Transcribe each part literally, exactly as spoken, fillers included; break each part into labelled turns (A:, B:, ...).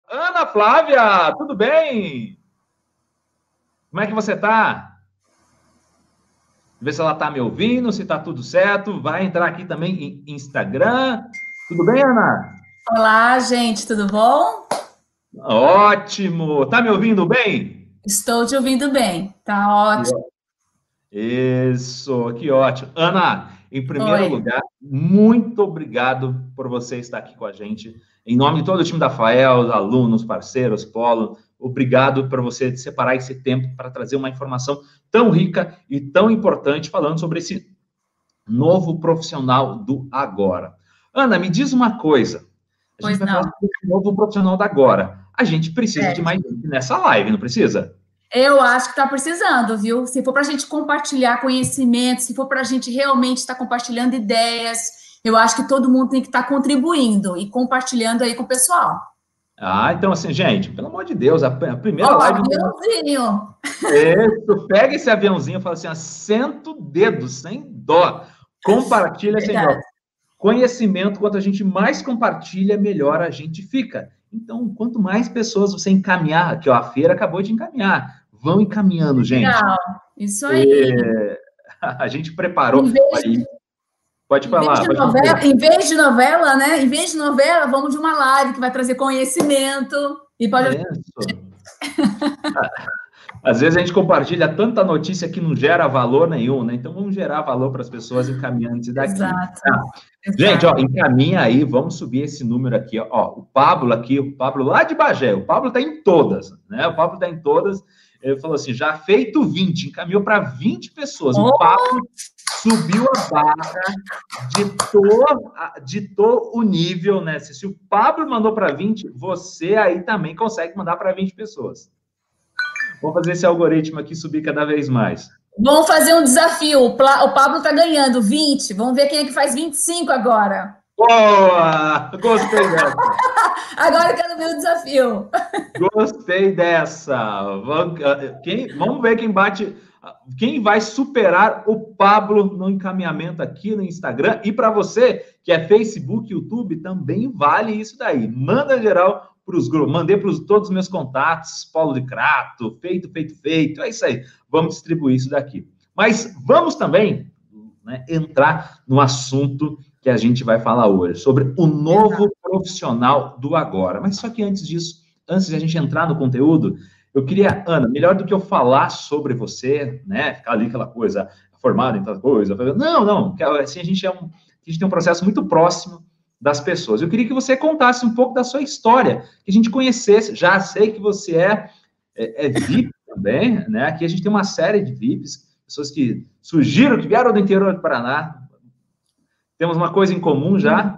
A: Ana Flávia, tudo bem? Como é que você tá? Vê se ela tá me ouvindo, se tá tudo certo. Vai entrar aqui também em Instagram. Tudo bem, Ana?
B: Olá, gente, tudo bom?
A: Ótimo! Tá me ouvindo bem?
B: Estou te ouvindo bem, tá ótimo.
A: Isso, que ótimo. Ana, em primeiro
B: Oi.
A: lugar, muito obrigado por você estar aqui com a gente. Em nome de todo o time da FAEL, alunos, parceiros, Polo, obrigado por você separar esse tempo para trazer uma informação tão rica e tão importante falando sobre esse novo profissional do agora. Ana, me diz uma coisa. A gente
B: Pois
A: vai falar
B: não.
A: sobre esse novo profissional da agora. A gente precisa de
B: É.
A: mais gente nessa live, não precisa?
B: Eu acho que está precisando, viu? Se for para a gente compartilhar conhecimento, se for para a gente realmente estar compartilhando ideias, eu acho que todo mundo tem que estar contribuindo e compartilhando aí com o pessoal.
A: Ah, então assim, gente, pelo amor de Deus, a, a
B: Ó,
A: primeira live.
B: aviãozinho.
A: Isso, pega esse aviãozinho e fala assim, assenta o dedo, sem dó. Compartilha sem dó.
B: Verdade.
A: Conhecimento, quanto a gente mais compartilha, melhor a gente fica. Então, quanto mais pessoas você encaminhar, aqui ó, a feira acabou de encaminhar. Vão encaminhando, gente.
B: Legal. Isso aí.
A: É, a gente preparou.
B: Em vez
A: Olha, pode
B: Em vez
A: falar,
B: de
A: pode falar.
B: novela, em vez de novela, né? Em vez de novela, vamos de uma live que vai trazer conhecimento e pode.
A: Isso. Às vezes a gente compartilha tanta notícia que não gera valor nenhum, né? Então vamos gerar valor para as pessoas encaminhando isso daqui.
B: Exato,
A: Tá? Gente, ó,
B: exato.
A: encaminha aí, vamos subir esse número aqui, ó. Ó, o Pablo aqui, o Pablo lá de Bagé, o Pablo tá em todas, né? O Pablo tá em todas. Ele falou assim, já feito vinte, encaminhou para vinte pessoas. O
B: Oh,
A: Pablo subiu a barra, ditou, ditou o nível, né? Se, se o Pablo mandou para vinte, você aí também consegue mandar para vinte pessoas. Vamos fazer esse algoritmo aqui subir cada vez mais.
B: vamos fazer um desafio. O, Pla- o Pablo tá ganhando vinte. Vamos ver quem é que faz vinte e cinco agora.
A: Boa! Gostei dessa.
B: Agora eu quero ver o desafio.
A: Gostei dessa. Vamos, quem, vamos ver quem bate. Quem vai superar o Pablo no encaminhamento aqui no Instagram. E para você, que é Facebook, YouTube, também vale isso daí. Manda geral para os grupos. Mandei para todos os meus contatos. Paulo de Crato, feito, feito, feito. É isso aí. Vamos distribuir isso daqui. Mas vamos também, né, entrar no assunto que a gente vai falar hoje, sobre o novo
B: Exato.
A: profissional do agora. Mas só que antes disso, antes de a gente entrar no conteúdo, eu queria, Ana, melhor do que eu falar sobre você, né, ficar ali aquela coisa formada em tal coisa, não, não, assim, a gente é um, a gente tem um processo muito próximo das pessoas. Eu queria que você contasse um pouco da sua história, que a gente conhecesse. Já sei que você é, é, é V I P também, né? Aqui a gente tem uma série de V I Ps, pessoas que surgiram, que vieram do interior do Paraná. Temos uma coisa em comum já.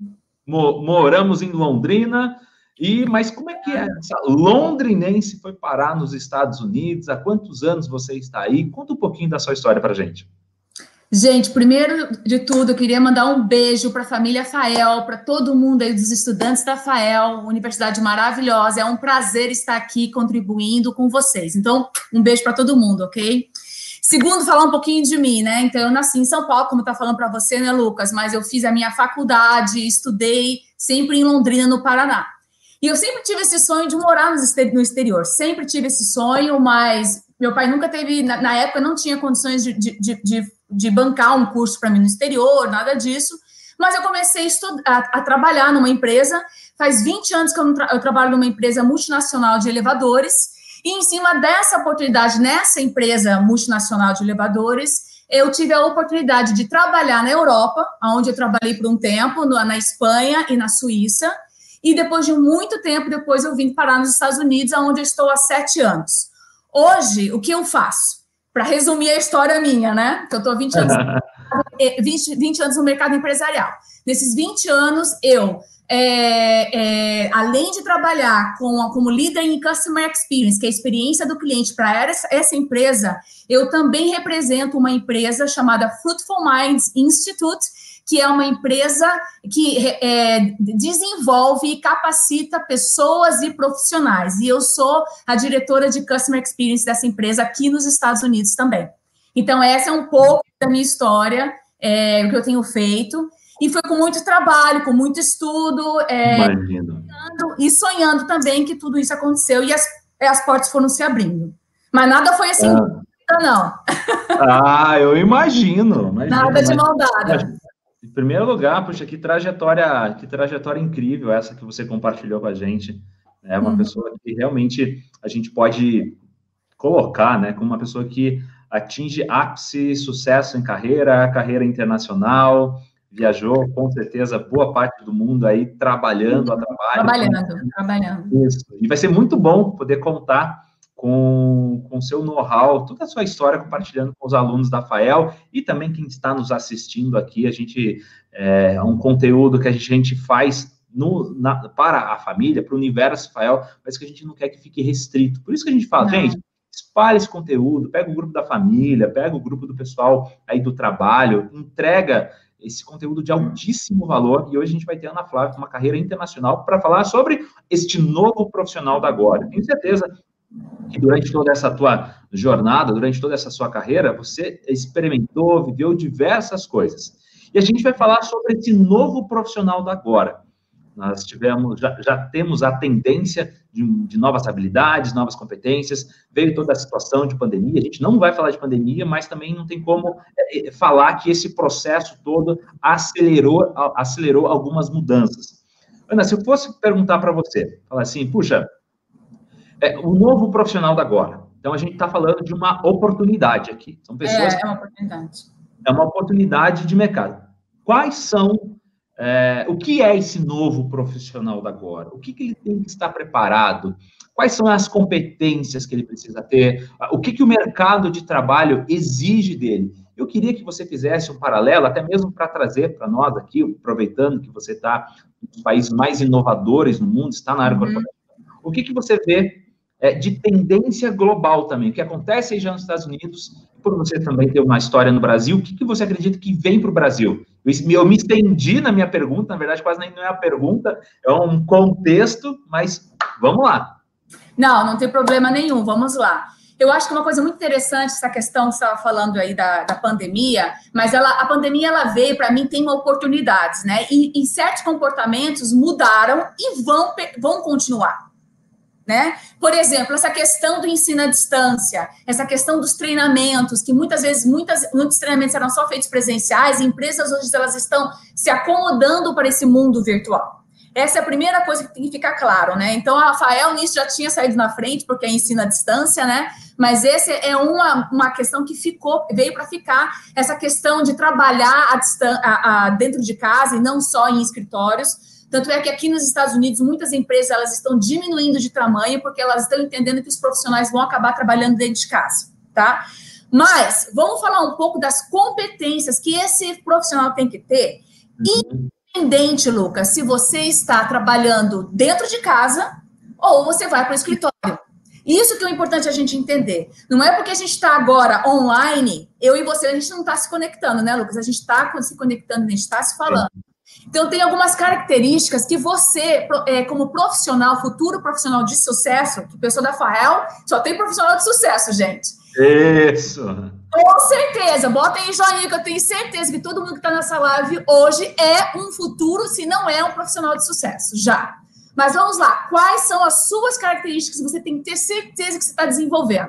A: Mo moramos em Londrina. E, mas como é que é? Essa londrinense foi parar nos Estados Unidos? Há quantos anos você está aí? Conta um pouquinho da sua história para a gente.
B: Gente, primeiro de tudo, eu queria mandar um beijo para a família Fael, para todo mundo aí dos estudantes da Fael, universidade maravilhosa. É um prazer estar aqui contribuindo com vocês. Então, um beijo para todo mundo, ok? Segundo, falar um pouquinho de mim, né? Então, eu nasci em São Paulo, como tá falando para você, né, Lucas? Mas eu fiz a minha faculdade, estudei sempre em Londrina, no Paraná. E eu sempre tive esse sonho de morar no exterior. Sempre tive esse sonho, mas meu pai nunca teve, na, na época, não tinha condições de, de, de, de bancar um curso para mim no exterior, nada disso. Mas eu comecei a, estudar, a, a trabalhar numa empresa. Faz vinte anos que eu, tra eu trabalho numa empresa multinacional de elevadores. E em cima dessa oportunidade, nessa empresa multinacional de elevadores, eu tive a oportunidade de trabalhar na Europa, onde eu trabalhei por um tempo, na Espanha e na Suíça. E depois de muito tempo, depois eu vim parar nos Estados Unidos, onde eu estou há sete anos. Hoje, o que eu faço? Para resumir a história minha, né? Que eu estou há vinte anos, vinte, vinte anos no mercado empresarial. Nesses vinte anos, eu... É, é, além de trabalhar com, como líder em Customer Experience, que é a experiência do cliente para essa, essa empresa, eu também represento uma empresa chamada Fruitful Minds Institute, que é uma empresa que é, desenvolve e capacita pessoas e profissionais. E eu sou a diretora de Customer Experience dessa empresa aqui nos Estados Unidos também. Então, essa é um pouco da minha história, é, o que eu tenho feito. E foi com muito trabalho, com muito estudo. É,
A: Imagino.
B: sonhando, e sonhando também que tudo isso aconteceu e as, as portas foram se abrindo. Mas nada foi assim, ah. não.
A: Ah, eu imagino. imagino
B: nada de maldade.
A: Em primeiro lugar, puxa, que trajetória, que trajetória incrível essa que você compartilhou com a gente. É uma uhum. pessoa que realmente a gente pode colocar, né, como uma pessoa que atinge ápice, sucesso em carreira, carreira internacional, viajou com certeza boa parte do mundo aí trabalhando a trabalho.
B: Trabalhando, com... trabalhando.
A: Isso. E vai ser muito bom poder contar com o seu know-how, toda a sua história, compartilhando com os alunos da Fael e também quem está nos assistindo aqui. A gente é um conteúdo que a gente faz no, na, para a família, para o universo Fael, mas que a gente não quer que fique restrito. Por isso que a gente fala, não. gente, espalhe esse conteúdo, pega o grupo da família, pega o grupo do pessoal aí do trabalho, entrega esse conteúdo de altíssimo valor, e hoje a gente vai ter a Ana Flávia com uma carreira internacional para falar sobre este novo profissional da agora. Tenho certeza que durante toda essa tua jornada, durante toda essa sua carreira, você experimentou, viveu diversas coisas. E a gente vai falar sobre esse novo profissional da agora. Nós tivemos, já, já temos a tendência de, de novas habilidades, novas competências, veio toda a situação de pandemia, a gente não vai falar de pandemia, mas também não tem como é, falar que esse processo todo acelerou, acelerou algumas mudanças. Ana, se eu fosse perguntar para você, falar assim, puxa, é, o novo profissional da agora, então a gente está falando de uma oportunidade aqui, são pessoas...
B: É, é uma oportunidade.
A: É uma oportunidade de mercado. Quais são... É, o que é esse novo profissional da agora? O que, que ele tem que estar preparado? Quais são as competências que ele precisa ter? O que, que o mercado de trabalho exige dele? Eu queria que você fizesse um paralelo, até mesmo para trazer para nós aqui, aproveitando que você está nos países mais inovadores no mundo, está na área uhum. corporativa. O que, que você vê é, de tendência global também? O que acontece aí já nos Estados Unidos? Por você também ter uma história no Brasil, o que, que você acredita que vem para o Brasil? Eu me estendi na minha pergunta, na verdade, quase nem não é uma pergunta, é um contexto, mas vamos lá.
B: Não, não tem problema nenhum, vamos lá. Eu acho que é uma coisa muito interessante essa questão que você estava falando aí da, da pandemia, mas ela, a pandemia, ela veio, para mim, tem oportunidades, né? E, e certos comportamentos mudaram e vão, vão continuar. Né? Por exemplo, essa questão do ensino à distância, essa questão dos treinamentos, que muitas vezes, muitas, muitos treinamentos eram só feitos presenciais, e empresas hoje elas estão se acomodando para esse mundo virtual. Essa é a primeira coisa que tem que ficar claro, né? Então, a Fael nisso já tinha saído na frente, porque é ensino à distância, né? Mas essa é uma, uma questão que ficou, veio para ficar, essa questão de trabalhar à distan- a, a, dentro de casa e não só em escritórios. Tanto é que aqui nos Estados Unidos, muitas empresas elas estão diminuindo de tamanho porque elas estão entendendo que os profissionais vão acabar trabalhando dentro de casa, tá? Mas, vamos falar um pouco das competências que esse profissional tem que ter, uhum. independente, Lucas, se você está trabalhando dentro de casa ou você vai para o escritório. Isso que é importante a gente entender. Não é porque a gente está agora online, eu e você, a gente não está se conectando, né, Lucas? A gente está se conectando, a gente está se falando. É. Então, tem algumas características que você, como profissional, futuro profissional de sucesso, que pessoa da Fael, só tem profissional de sucesso, gente.
A: Isso!
B: Com certeza, bota aí joinha, que eu tenho certeza que todo mundo que está nessa live hoje é um futuro, se não é um profissional de sucesso, já. Mas vamos lá, quais são as suas características que você tem que ter certeza que você está desenvolvendo?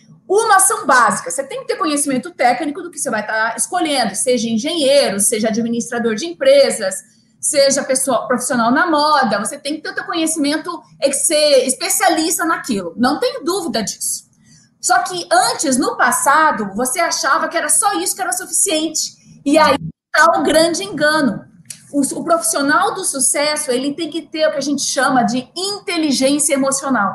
B: Uma são básicas, você tem que ter conhecimento técnico do que você vai estar escolhendo, seja engenheiro, seja administrador de empresas, seja pessoa, profissional na moda, você tem que ter o teu conhecimento, é que ser especialista naquilo, não tenho dúvida disso. Só que antes, no passado, você achava que era só isso que era suficiente, e aí está o grande engano. O, o profissional do sucesso, ele tem que ter o que a gente chama de inteligência emocional.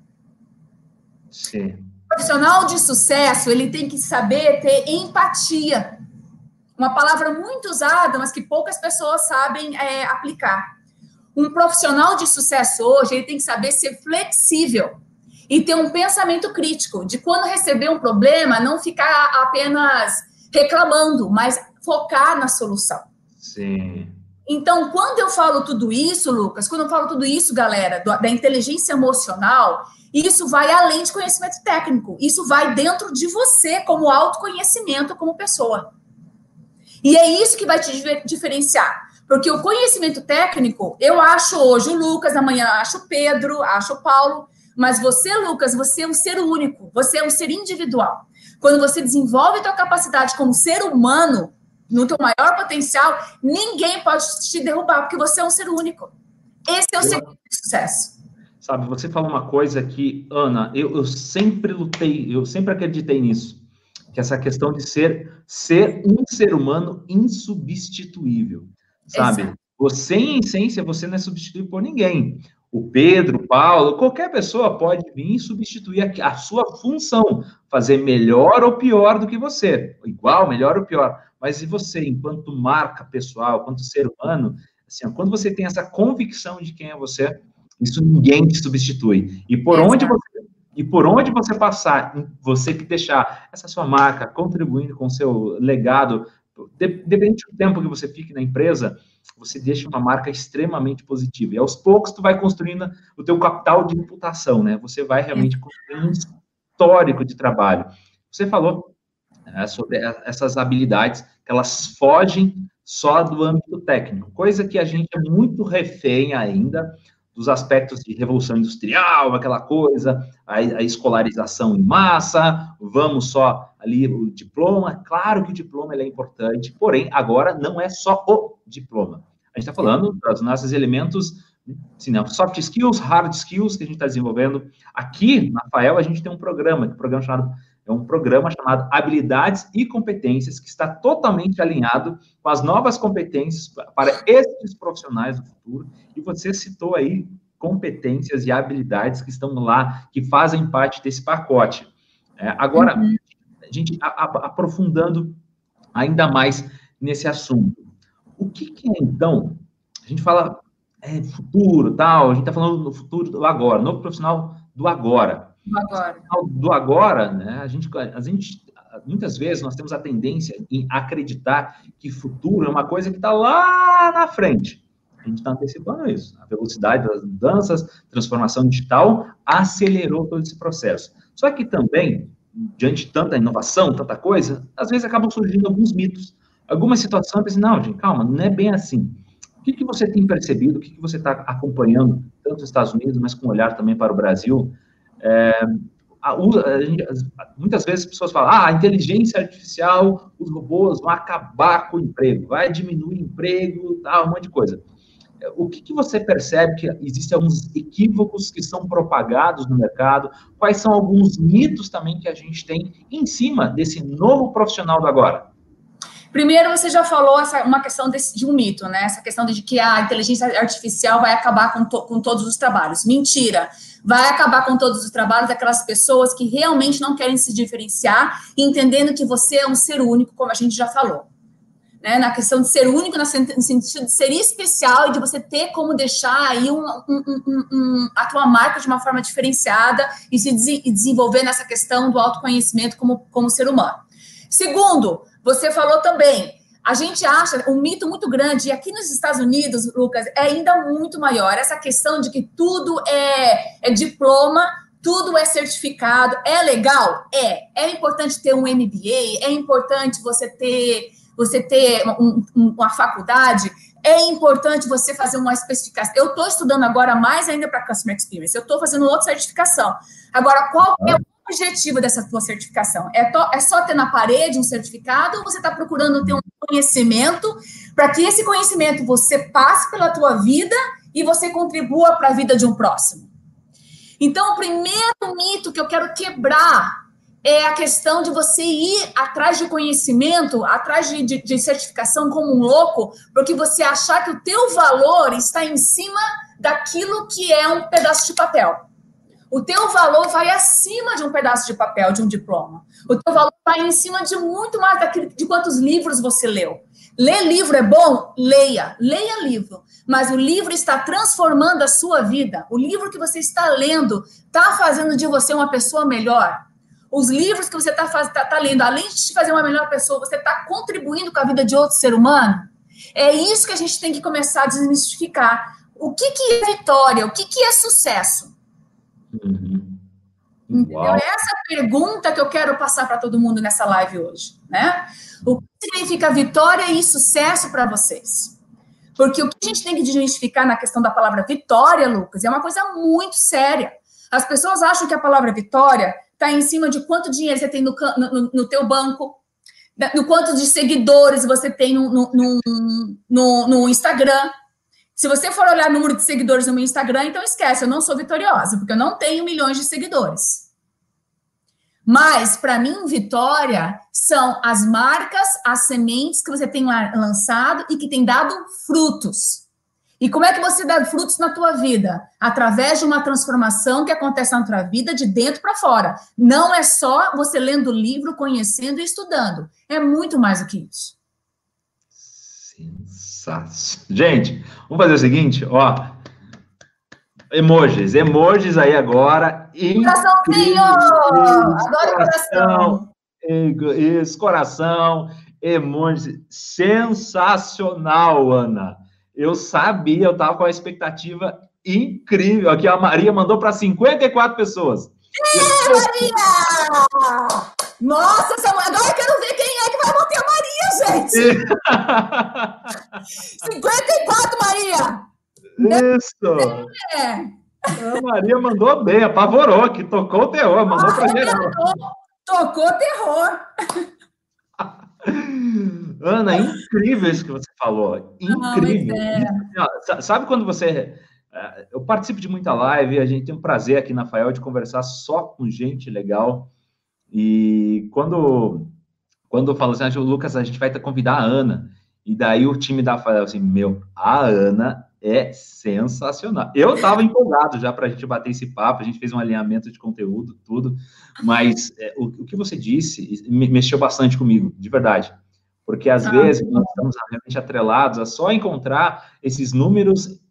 A: Sim.
B: O profissional de sucesso, ele tem que saber ter empatia. Uma palavra muito usada, mas que poucas pessoas sabem é, aplicar. Um profissional de sucesso hoje, ele tem que saber ser flexível e ter um pensamento crítico, de quando receber um problema, não ficar apenas reclamando, mas focar na solução.
A: Sim.
B: Então, quando eu falo tudo isso, Lucas, quando eu falo tudo isso, galera, da inteligência emocional, isso vai além de conhecimento técnico. Isso vai dentro de você, como autoconhecimento, como pessoa. E é isso que vai te diferenciar. Porque o conhecimento técnico, eu acho hoje o Lucas, amanhã acho o Pedro, acho o Paulo, mas você, Lucas, você é um ser único, você é um ser individual. Quando você desenvolve a tua capacidade como ser humano, no teu maior potencial, ninguém pode te derrubar, porque você é um ser único. Esse é o segredo de sucesso.
A: Sabe, você falou uma coisa que, Ana, eu, eu sempre lutei, eu sempre acreditei nisso, que essa questão de ser, ser um ser humano insubstituível, sabe? Exato. Você, em essência, você não é substituível por ninguém. O Pedro, o Paulo, qualquer pessoa pode vir e substituir a, a sua função, fazer melhor ou pior do que você, igual, melhor ou pior. Mas e você, enquanto marca pessoal, enquanto ser humano, assim, quando você tem essa convicção de quem é você, isso ninguém te substitui. E por onde você E por onde você passar, você que deixar essa sua marca contribuindo com o seu legado, dependente do tempo que você fique na empresa, você deixa uma marca extremamente positiva. E aos poucos tu vai construindo o teu capital de reputação, né? Você vai realmente construindo um histórico de trabalho. Você falou né, sobre essas habilidades, que elas fogem só do âmbito técnico, coisa que a gente é muito refém ainda, dos aspectos de revolução industrial, aquela coisa, a, a escolarização em massa, vamos só ali o diploma. Claro que o diploma ele é importante, porém, agora não é só o diploma. A gente está falando dos nossos elementos, assim, né, soft skills, hard skills que a gente está desenvolvendo. Aqui, na Fael, a gente tem um programa, um programa chamado, é um programa chamado Habilidades e Competências, que está totalmente alinhado com as novas competências para esses profissionais do futuro. E você citou aí competências e habilidades que estão lá, que fazem parte desse pacote. É, agora, uhum. a gente a, a, aprofundando ainda mais nesse assunto. O que, que é, então, a gente fala é, futuro, tal, a gente está falando do futuro do agora, novo profissional do agora.
B: Do agora.
A: Do agora, né, a gente, a gente, muitas vezes nós temos a tendência em acreditar que futuro é uma coisa que está lá na frente. A gente está antecipando isso. A velocidade das mudanças, transformação digital, acelerou todo esse processo. Só que também, diante de tanta inovação, tanta coisa, às vezes acabam surgindo alguns mitos. Algumas situações, pensam, não, gente, calma, não é bem assim. O que, que você tem percebido, o que, que você está acompanhando, tanto nos Estados Unidos, mas com olhar também para o Brasil? É, a, a gente, muitas vezes as pessoas falam, ah, a inteligência artificial, os robôs vão acabar com o emprego, vai diminuir o emprego, tal, um monte de coisa. O que, que você percebe que existem alguns equívocos que são propagados no mercado? Quais são alguns mitos também que a gente tem em cima desse novo profissional do agora?
B: Primeiro, você já falou essa, uma questão desse, de um mito, né? Essa questão de que a inteligência artificial vai acabar com, to, com todos os trabalhos. Mentira! Vai acabar com todos os trabalhos daquelas pessoas que realmente não querem se diferenciar, entendendo que você é um ser único, como a gente já falou. Né, na questão de ser único, no sentido de ser especial e de você ter como deixar aí um, um, um, um, a tua marca de uma forma diferenciada e se des- e desenvolver nessa questão do autoconhecimento como, como ser humano. Segundo, você falou também, a gente acha um mito muito grande, e aqui nos Estados Unidos, Lucas, é ainda muito maior, essa questão de que tudo é, é diploma, tudo é certificado, é legal? É. É importante ter um M B A, é importante você ter... você ter um, um, uma faculdade, é importante você fazer uma especificação. Eu estou estudando agora mais ainda para Customer Experience, eu estou fazendo outra certificação. Agora, qual é o objetivo dessa tua certificação? É, to, é só ter na parede um certificado ou você está procurando ter um conhecimento para que esse conhecimento você passe pela tua vida e você contribua para a vida de um próximo? Então, o primeiro mito que eu quero quebrar é a questão de você ir atrás de conhecimento, atrás de, de, de certificação como um louco, porque você achar que o teu valor está em cima daquilo que é um pedaço de papel. O teu valor vai acima de um pedaço de papel, de um diploma. O teu valor vai em cima de muito mais daquilo, de quantos livros você leu. Ler livro é bom? Leia. Leia livro. Mas o livro está transformando a sua vida. O livro que você está lendo está fazendo de você uma pessoa melhor. Os livros que você está tá, tá lendo, além de te fazer uma melhor pessoa, você está contribuindo com a vida de outro ser humano? É isso que a gente tem que começar a desmistificar. O que, que é vitória? O que, que é sucesso?
A: Uhum.
B: Entendeu? É essa pergunta que eu quero passar para todo mundo nessa live hoje, né? O que significa vitória e sucesso para vocês? Porque o que a gente tem que desmistificar na questão da palavra vitória, Lucas, é uma coisa muito séria. As pessoas acham que a palavra vitória está em cima de quanto dinheiro você tem no, no, no teu banco, no quanto de seguidores você tem no, no, no, no, no Instagram. Se você for olhar o número de seguidores no meu Instagram, então esquece, eu não sou vitoriosa, porque eu não tenho milhões de seguidores. Mas, para mim, vitória são as marcas, as sementes que você tem lançado e que tem dado frutos. E como é que você dá frutos na tua vida? Através de uma transformação que acontece na tua vida de dentro para fora. Não é só você lendo o livro, conhecendo e estudando. É muito mais do que isso.
A: Sensacional. Gente, vamos fazer o seguinte, ó. Emojis, emojis aí agora.
B: Coraçãozinho! Adoro coração.
A: Isso, coração, emojis. Sensacional, Ana. Eu sabia, eu estava com a expectativa incrível. Aqui a Maria mandou para cinquenta e quatro pessoas.
B: Ê, Maria! Nossa, agora eu quero ver quem é que vai bater a Maria, gente! cinquenta e quatro, Maria!
A: Isso! É. A Maria mandou bem, apavorou, que tocou o terror, mandou para geral.
B: Tocou terror.
A: Ana, incrível isso que você falou. Incrível. Não, é. Sabe quando você... Eu participo de muita live, a gente tem um prazer aqui na Fael de conversar só com gente legal. E quando, quando eu falo assim, ah, Lucas, a gente vai convidar a Ana. E daí o time da Fael assim, meu, a Ana é sensacional. Eu estava empolgado já para a gente bater esse papo, a gente fez um alinhamento de conteúdo, tudo. Mas é, o, o que você disse me, mexeu bastante comigo, de verdade. Porque, às ah, vezes, nós estamos realmente atrelados a só encontrar esses números.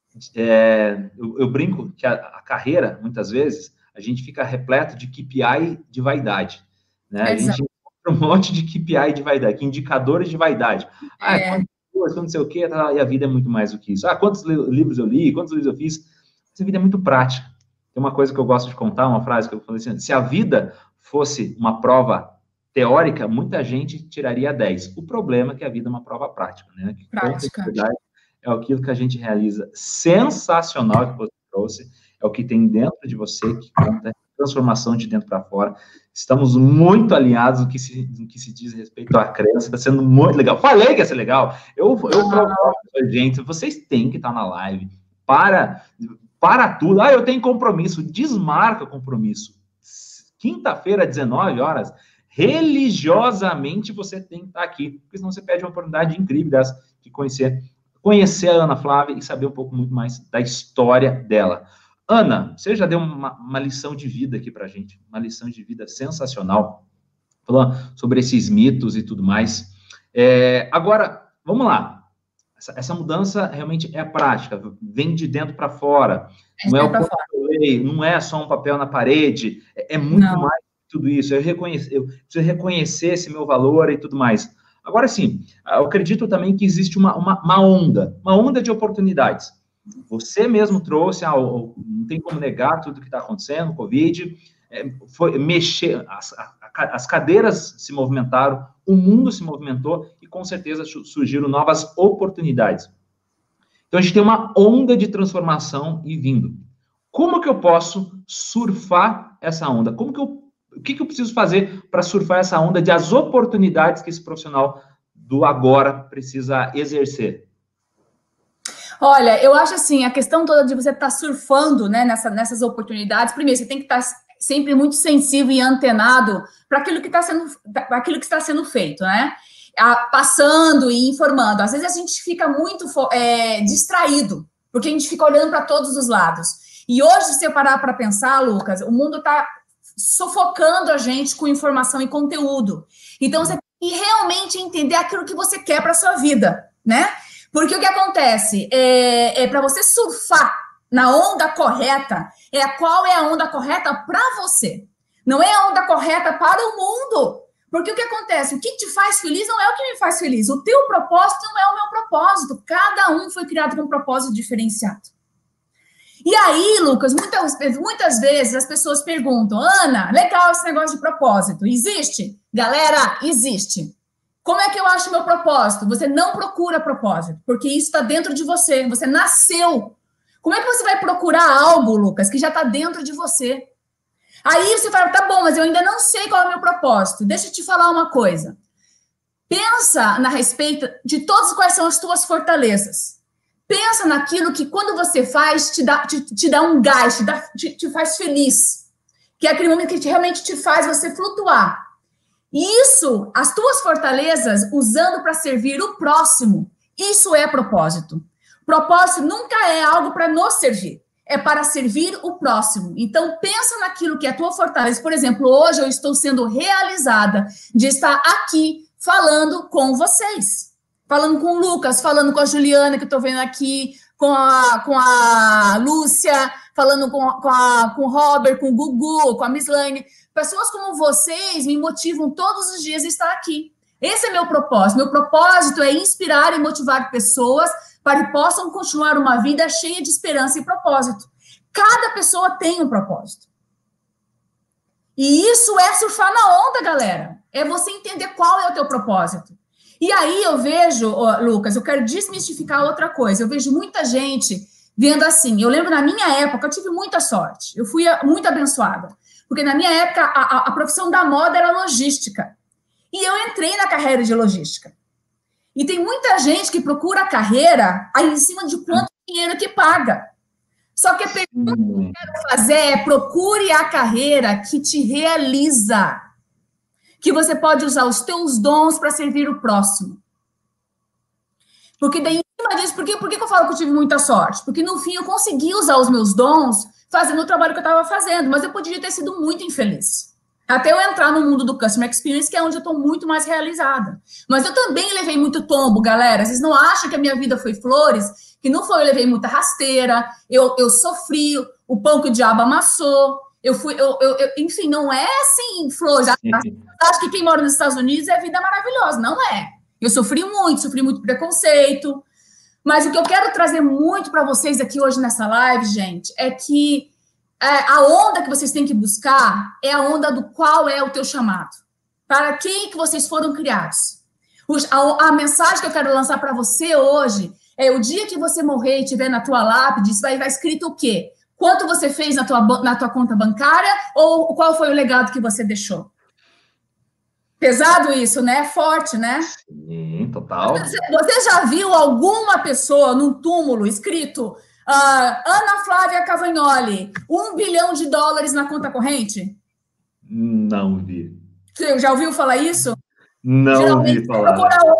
A: É, eu, eu brinco que a, a carreira, muitas vezes, a gente fica repleto de K P I de vaidade. Né? A gente encontra um monte de K P I de vaidade, indicadores de vaidade. Ah, é. quantas coisas, não sei o quê, tá, e a vida é muito mais do que isso. Ah, quantos livros eu li, quantos livros eu fiz. Essa vida é muito prática. Tem uma coisa que eu gosto de contar, uma frase que eu falei assim, se a vida fosse uma prova teórica, muita gente tiraria dez. O problema é que a vida é uma prova prática, né? Que
B: prática.
A: É aquilo que a gente realiza sensacional que você trouxe, é o que tem dentro de você, que conta transformação de dentro para fora. Estamos muito alinhados no que se, no que se diz respeito à crença, está sendo muito legal. Falei que ia ser legal. Eu, eu provoco, gente, vocês têm que estar na live. Para, para tudo. Ah, eu tenho compromisso. Desmarca compromisso. Quinta-feira, dezenove horas, religiosamente você tem que estar aqui, porque senão você perde uma oportunidade incrível dessa, de conhecer, conhecer a Ana Flávia e saber um pouco muito mais da história dela. Ana, você já deu uma, uma lição de vida aqui pra gente, uma lição de vida sensacional, falando sobre esses mitos e tudo mais. É, agora, vamos lá. Essa, essa mudança realmente é prática, vem de dentro para fora. Não é o que eu falei, não é só um papel na parede, é, é muito não. mais que tudo isso. Eu, reconhece, eu preciso reconhecer esse meu valor e tudo mais. Agora, sim, eu acredito também que existe uma, uma, uma onda, uma onda de oportunidades. Você mesmo trouxe, ah, não tem como negar tudo que está acontecendo, Covid, é, foi mexer, as, a, as cadeiras se movimentaram, o mundo se movimentou e com certeza surgiram novas oportunidades. Então a gente tem uma onda de transformação e vindo. Como que eu posso surfar essa onda? Como que eu, o que, que eu preciso fazer para surfar essa onda de as oportunidades que esse profissional do agora precisa exercer?
B: Olha, eu acho assim, a questão toda de você estar tá surfando, né, nessa, nessas oportunidades, primeiro, você tem que estar tá sempre muito sensível e antenado para aquilo que está sendo, para aquilo que está sendo feito, né? Passando e informando. Às vezes a gente fica muito é, distraído, porque a gente fica olhando para todos os lados. E hoje, se eu parar para pensar, Lucas, o mundo está sufocando a gente com informação e conteúdo. Então, você tem que realmente entender aquilo que você quer para a sua vida, né? Porque o que acontece é, é para você surfar na onda correta, é qual é a onda correta para você. Não é a onda correta para o mundo. Porque o que acontece? O que te faz feliz não é o que me faz feliz. O teu propósito não é o meu propósito. Cada um foi criado com um propósito diferenciado. E aí, Lucas, muitas, muitas vezes as pessoas perguntam, Ana, legal esse negócio de propósito. Existe? Galera, existe. Como é que eu acho meu propósito? Você não procura propósito, porque isso está dentro de você. Você nasceu. Como é que você vai procurar algo, Lucas, que já está dentro de você? Aí você fala, tá bom, mas eu ainda não sei qual é o meu propósito. Deixa eu te falar uma coisa. Pensa na respeito de todas quais são as tuas fortalezas. Pensa naquilo que quando você faz, te dá, te, te dá um gás, te, dá, te, te faz feliz. Que é aquele momento que te, realmente te faz você flutuar. E isso, as tuas fortalezas, usando para servir o próximo, isso é propósito. Propósito nunca é algo para nos servir, é para servir o próximo. Então, pensa naquilo que é a tua fortaleza. Por exemplo, hoje eu estou sendo realizada de estar aqui falando com vocês. Falando com o Lucas, falando com a Juliana, que eu estou vendo aqui, com a, com a Lúcia, falando com, com, a, com o Robert, com o Gugu, com a Mislaine. Pessoas como vocês me motivam todos os dias a estar aqui. Esse é meu propósito. Meu propósito é inspirar e motivar pessoas para que possam continuar uma vida cheia de esperança e propósito. Cada pessoa tem um propósito. E isso é surfar na onda, galera. É você entender qual é o teu propósito. E aí eu vejo, oh, Lucas, eu quero desmistificar outra coisa. Eu vejo muita gente vendo assim. Eu lembro na minha época, eu tive muita sorte. Eu fui muito abençoada. Porque na minha época, a, a, a profissão da moda era logística. E eu entrei na carreira de logística. E tem muita gente que procura a carreira aí em cima de quanto dinheiro que paga. Só que a pergunta que eu quero fazer é procure a carreira que te realiza. Que você pode usar os teus dons para servir o próximo. Porque daí, em cima disso, por que, por que eu falo que eu tive muita sorte? Porque no fim eu consegui usar os meus dons fazendo o trabalho que eu estava fazendo, mas eu poderia ter sido muito infeliz. Até eu entrar no mundo do Customer Experience, que é onde eu estou muito mais realizada. Mas eu também levei muito tombo, galera. Vocês não acham que a minha vida foi flores? Que não foi, eu levei muita rasteira, eu, eu sofri, o pão que o diabo amassou, eu fui, eu, eu, eu, enfim, não é assim, flores. Acho que quem mora nos Estados Unidos é vida maravilhosa. Não é. Eu sofri muito, sofri muito preconceito. Mas o que eu quero trazer muito para vocês aqui hoje nessa live, gente, é que é, a onda que vocês têm que buscar é a onda do qual é o teu chamado. Para quem que vocês foram criados. Os, a, a mensagem que eu quero lançar para você hoje é o dia que você morrer e tiver na tua lápide, vai, vai escrito o quê? Quanto você fez na tua, na tua conta bancária ou qual foi o legado que você deixou? Pesado isso, né? Forte, né?
A: Sim, total.
B: Você, você já viu alguma pessoa num túmulo escrito uh, Ana Flávia Cavagnoli, um bilhão de dólares na conta corrente?
A: Não vi.
B: Você já ouviu falar isso?
A: Não
B: Geralmente,
A: vi falar.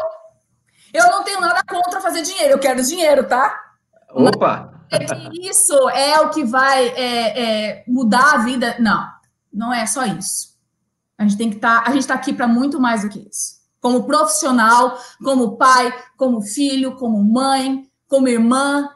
B: Eu não tenho nada contra fazer dinheiro, eu quero dinheiro, tá?
A: Opa!
B: Mas é que isso é o que vai é, é, mudar a vida. Não, não é só isso. A gente tem que estar, tá, a gente está aqui para muito mais do que isso. Como profissional, como pai, como filho, como mãe, como irmã.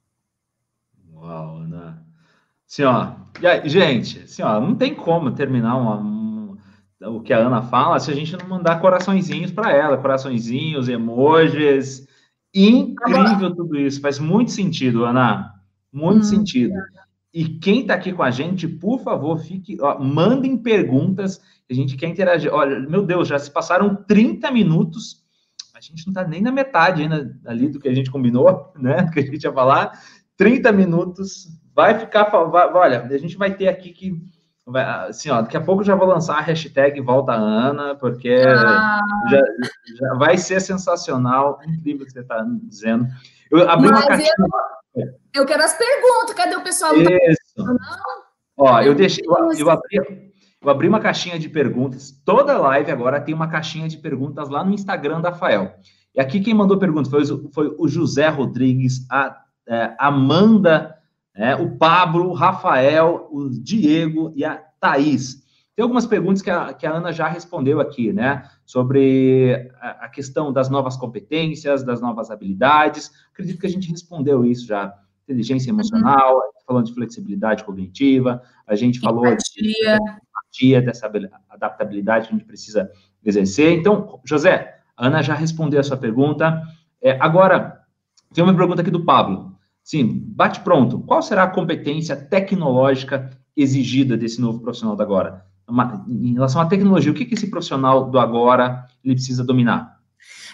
A: Uau, Ana. Assim, ó, e aí, gente, assim, ó, não tem como terminar uma, um, o que a Ana fala se a gente não mandar coraçõezinhos para ela, coraçõezinhos, emojis. Incrível tudo isso, faz muito sentido, Ana, muito hum, sentido. E quem está aqui com a gente, por favor, fique, ó, mandem perguntas, a gente quer interagir. Olha, meu Deus, já se passaram trinta minutos, a gente não está nem na metade ainda ali do que a gente combinou, né, do que a gente ia falar. trinta minutos, vai ficar, vai, olha, a gente vai ter aqui que, assim, ó, daqui a pouco eu já vou lançar a hashtag Volta Ana, porque ah. já, já vai ser sensacional, incrível o que você está dizendo. Eu abri Mas uma caixinha...
B: Eu, eu quero as perguntas, cadê o pessoal?
A: Isso. Não? Ó, eu deixei, eu, eu, abri, eu abri uma caixinha de perguntas, toda live agora tem uma caixinha de perguntas lá no Instagram da Fael. E aqui quem mandou perguntas foi, foi o José Rodrigues, a é, Amanda, é, o Pablo, o Rafael, o Diego e a Thaís. Tem algumas perguntas que a, que a Ana já respondeu aqui, né? Sobre a, a questão das novas competências, das novas habilidades. Acredito que a gente respondeu isso já. Inteligência emocional, uhum. Falando de flexibilidade cognitiva, a gente falou empatia. de empatia, dessa adaptabilidade que a gente precisa exercer. Então, José, a Ana já respondeu a sua pergunta. É, agora, tem uma pergunta aqui do Pablo. Sim, bate pronto. Qual será a competência tecnológica exigida desse novo profissional do agora? Uma, em relação à tecnologia, o que, que esse profissional do agora ele precisa dominar?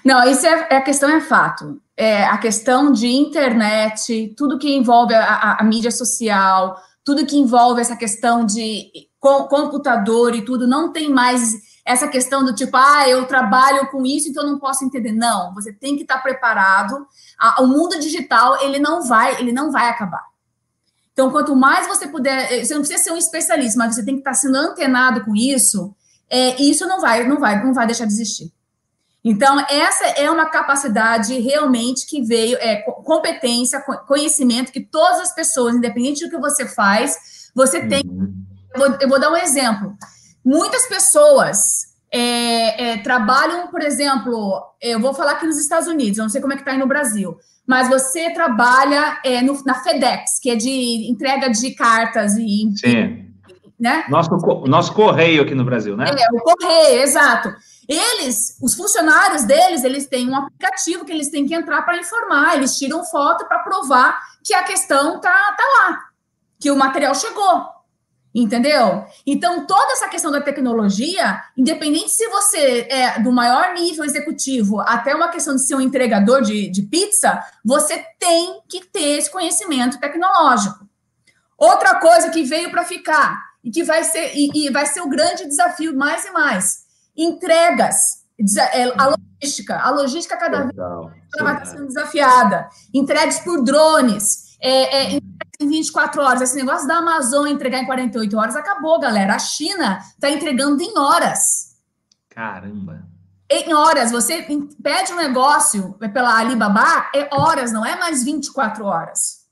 B: Não, isso é, é a questão é fato. É a questão de internet, tudo que envolve a, a, a mídia social, tudo que envolve essa questão de com, computador e tudo, não tem mais essa questão do tipo, ah, eu trabalho com isso, então eu não posso entender. Não, você tem que estar preparado. A, o mundo digital, ele não vai, ele não vai acabar. Então, quanto mais você puder, você não precisa ser um especialista, mas você tem que estar sendo antenado com isso, é, isso não vai, não vai, não vai deixar de existir. Então, essa é uma capacidade realmente que veio, é competência, conhecimento, que todas as pessoas, independente do que você faz, você tem.
A: Uhum.
B: Eu vou, eu vou dar um exemplo. Muitas pessoas é, é, trabalham, por exemplo, eu vou falar aqui nos Estados Unidos, eu não sei como é que está aí no Brasil, mas você trabalha é, no, na FedEx, que é de entrega de cartas e...
A: Sim.
B: Né?
A: Nosso, nosso correio aqui no Brasil, né?
B: É, o correio, exato. Eles, os funcionários deles, eles têm um aplicativo que eles têm que entrar para informar, eles tiram foto para provar que a questão tá, tá lá, que o material chegou, entendeu? Então, toda essa questão da tecnologia, independente se você é do maior nível executivo até uma questão de ser um entregador de, de pizza, você tem que ter esse conhecimento tecnológico. Outra coisa que veio para ficar, e que vai ser, e, e vai ser o grande desafio mais e mais, entregas, a logística, a logística cada vez vai estar sendo desafiada, entregas por drones, é, é, em vinte e quatro horas, esse negócio da Amazon entregar em quarenta e oito horas acabou, galera, a China está entregando em horas.
A: Caramba!
B: Em horas, você pede um negócio pela Alibaba, é horas, não é mais vinte e quatro horas.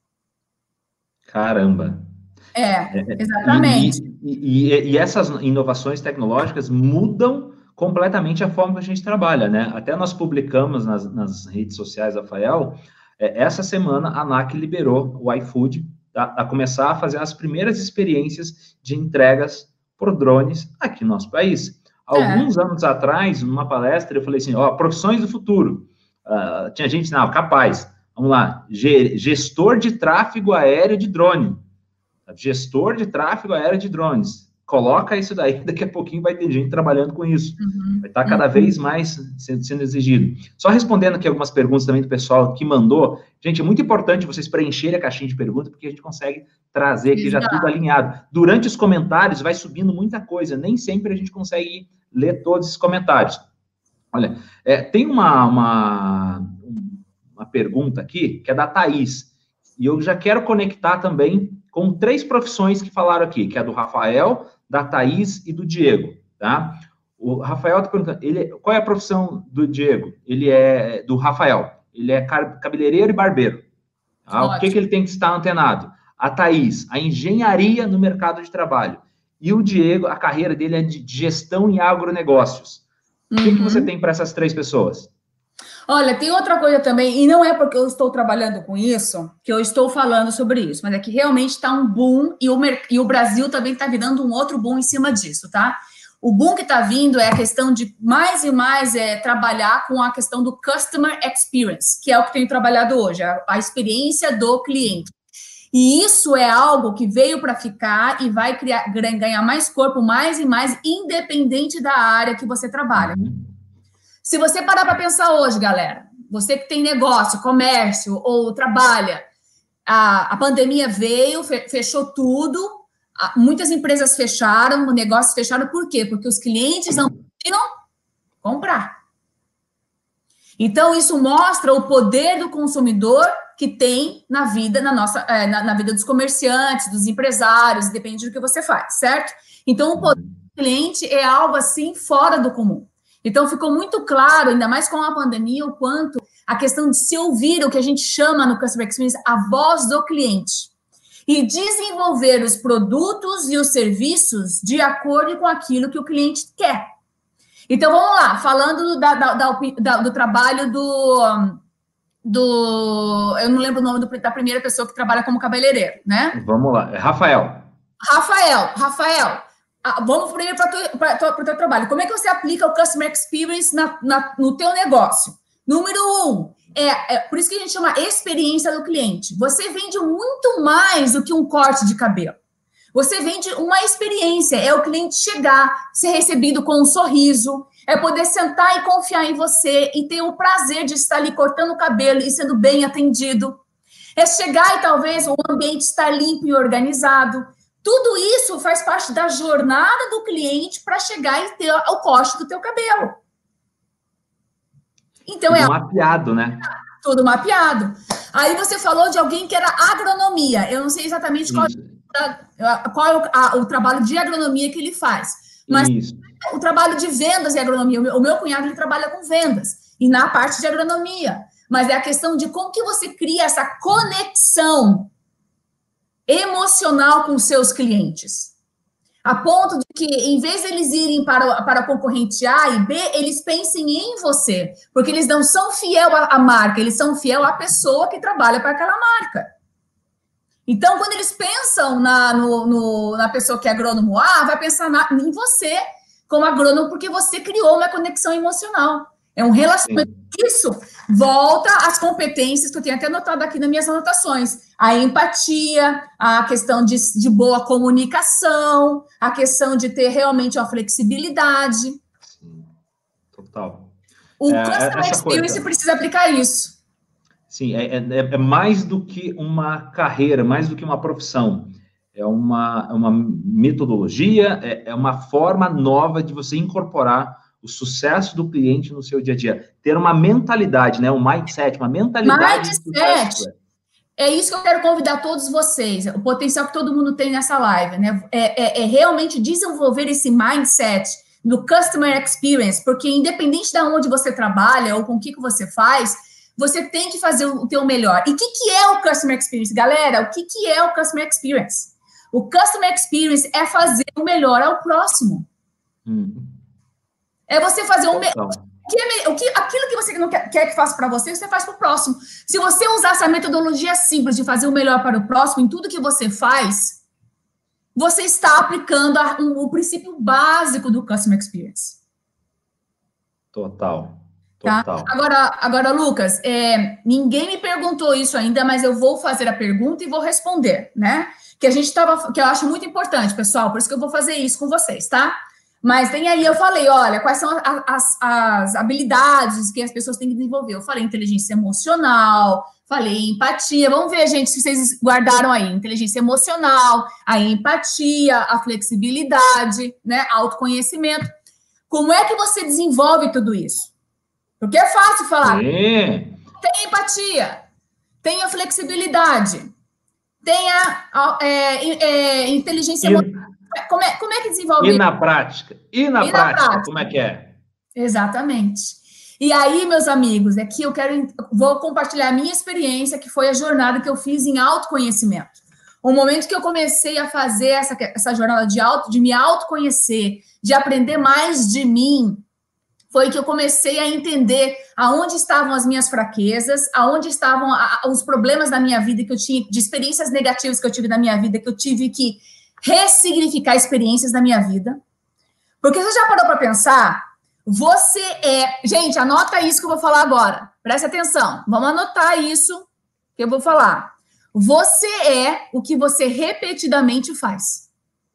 A: Caramba!
B: É, exatamente.
A: E, e, e essas inovações tecnológicas mudam completamente a forma que a gente trabalha, né? Até nós publicamos nas, nas redes sociais, Rafael, é, essa semana a ANAC liberou o iFood a, a começar a fazer as primeiras experiências de entregas por drones aqui no nosso país. Alguns é. anos atrás, numa palestra, eu falei assim, ó, profissões do futuro. Uh, tinha gente, não, capaz, vamos lá, gestor de tráfego aéreo de drone. Gestor de tráfego aéreo de drones. Coloca isso daí, daqui a pouquinho vai ter gente trabalhando com isso. Uhum. Vai estar cada uhum. vez mais sendo, sendo exigido. Só respondendo aqui algumas perguntas também do pessoal que mandou. Gente, é muito importante vocês preencherem a caixinha de perguntas, porque a gente consegue trazer aqui já tudo alinhado. Durante os comentários vai subindo muita coisa. Nem sempre a gente consegue ler todos esses comentários. Olha, é, tem uma, uma, uma pergunta aqui, que é da Thaís. E eu já quero conectar também com três profissões que falaram aqui, que é do Rafael, da Thaís e do Diego, tá? O Rafael está perguntando, ele, qual é a profissão do Diego? Ele é do Rafael, ele é cabeleireiro e barbeiro. Tá? O que, que ele tem que estar antenado? A Thaís, a engenharia no mercado de trabalho. E o Diego, a carreira dele é de gestão em agronegócios. Uhum. O que, que você tem para essas três pessoas?
B: Olha, tem outra coisa também, e não é porque eu estou trabalhando com isso que eu estou falando sobre isso, mas é que realmente está um boom e o, e o Brasil também está virando um outro boom em cima disso, tá? O boom que está vindo é a questão de mais e mais é, trabalhar com a questão do customer experience, que é o que tenho trabalhado hoje, a, a experiência do cliente. E isso é algo que veio para ficar e vai criar, ganhar mais corpo, mais e mais, independente da área que você trabalha. Uhum. Se você parar para pensar hoje, galera, você que tem negócio, comércio ou trabalha, a, a pandemia veio, fe, fechou tudo, a, muitas empresas fecharam, negócios fecharam, por quê? Porque os clientes não podiam comprar. Então, isso mostra o poder do consumidor que tem na vida, na nossa, é, na, na vida dos comerciantes, dos empresários, depende do que você faz, certo? Então, o poder do cliente é algo assim fora do comum. Então, ficou muito claro, ainda mais com a pandemia, o quanto a questão de se ouvir o que a gente chama no Customer Experience, a voz do cliente. E desenvolver os produtos e os serviços de acordo com aquilo que o cliente quer. Então, vamos lá, falando da, da, da, da, do trabalho do, do... Eu não lembro o nome do, da primeira pessoa que trabalha como cabeleireiro, né?
A: Vamos lá, é Rafael.
B: Rafael, Rafael. Ah, vamos primeiro para o teu trabalho. Como é que você aplica o Customer Experience na, na, no teu negócio? Número um, é, é por isso que a gente chama experiência do cliente. Você vende muito mais do que um corte de cabelo. Você vende uma experiência, é o cliente chegar, ser recebido com um sorriso, é poder sentar e confiar em você e ter o prazer de estar ali cortando o cabelo e sendo bem atendido. É chegar e talvez o ambiente estar limpo e organizado. Tudo isso faz parte da jornada do cliente para chegar e ter o corte do teu cabelo. Então
A: tudo
B: é
A: mapeado, né?
B: Tudo mapeado. Aí você falou de alguém que era agronomia. Eu não sei exatamente qual, qual é o, a, o trabalho de agronomia que ele faz. Mas isso. O trabalho de vendas e agronomia. O meu, o meu cunhado, ele trabalha com vendas. E na parte de agronomia. Mas é a questão de como que você cria essa conexão emocional com os seus clientes. A ponto de que, em vez de eles irem para, para o concorrente A e B, eles pensem em você. Porque eles não são fiel à, à marca, eles são fiel à pessoa que trabalha para aquela marca. Então, quando eles pensam na, no, no, na pessoa que é agrônomo A, vai pensar na, em você como agrônomo, porque você criou uma conexão emocional. É um relacionamento. Sim. Isso volta às competências que eu tenho até anotado aqui nas minhas anotações. A empatia, a questão de, de boa comunicação, a questão de ter realmente uma flexibilidade.
A: Sim, total.
B: O é, Customer Experience coisa. Precisa aplicar isso.
A: Sim, é, é, é mais do que uma carreira, mais do que uma profissão. É uma, uma metodologia, é, é uma forma nova de você incorporar o sucesso do cliente no seu dia a dia. Ter uma mentalidade, né? Um mindset, uma mentalidade.
B: Mindset. É isso que eu quero convidar todos vocês. O potencial que todo mundo tem nessa live, né? É, é, é realmente desenvolver esse mindset do customer experience, porque independente de onde você trabalha ou com o que, que você faz, você tem que fazer o teu melhor. E o que, que é o customer experience? Galera, o que, que é o customer experience? O customer experience é fazer o melhor ao próximo. Hum. É você fazer o melhor. O que, aquilo que você não quer, quer que faça para você, você faz para o próximo. Se você usar essa metodologia simples de fazer o melhor para o próximo em tudo que você faz, você está aplicando a, um, o princípio básico do customer experience.
A: Total. Total.
B: Tá? Agora, agora, Lucas, é, ninguém me perguntou isso ainda, mas eu vou fazer a pergunta e vou responder, né? Que a gente estava, que eu acho muito importante, pessoal, por isso que eu vou fazer isso com vocês, tá? Mas tem aí, eu falei, olha, quais são as, as habilidades que as pessoas têm que desenvolver? Eu falei inteligência emocional, falei empatia. Vamos ver, gente, se vocês guardaram aí. Inteligência emocional, a empatia, a flexibilidade, né? Autoconhecimento. Como é que você desenvolve tudo isso? Porque é fácil falar.
A: É.
B: Tem empatia, tenha flexibilidade, tenha é, é, inteligência emocional. Como é, como é que desenvolve?
A: E na prática? E na, e prática, na prática, como é que é?
B: Exatamente. E aí, meus amigos, aqui eu quero, vou compartilhar a minha experiência, que foi a jornada que eu fiz em autoconhecimento. O momento que eu comecei a fazer essa, essa jornada de, auto, de me autoconhecer, de aprender mais de mim, foi que eu comecei a entender aonde estavam as minhas fraquezas, aonde estavam a, os problemas da minha vida que eu tinha, de experiências negativas que eu tive na minha vida, que eu tive que ressignificar experiências da minha vida. Porque você já parou para pensar? Você é... Gente, anota isso que eu vou falar agora. Presta atenção. Vamos anotar isso que eu vou falar. Você é o que você repetidamente faz.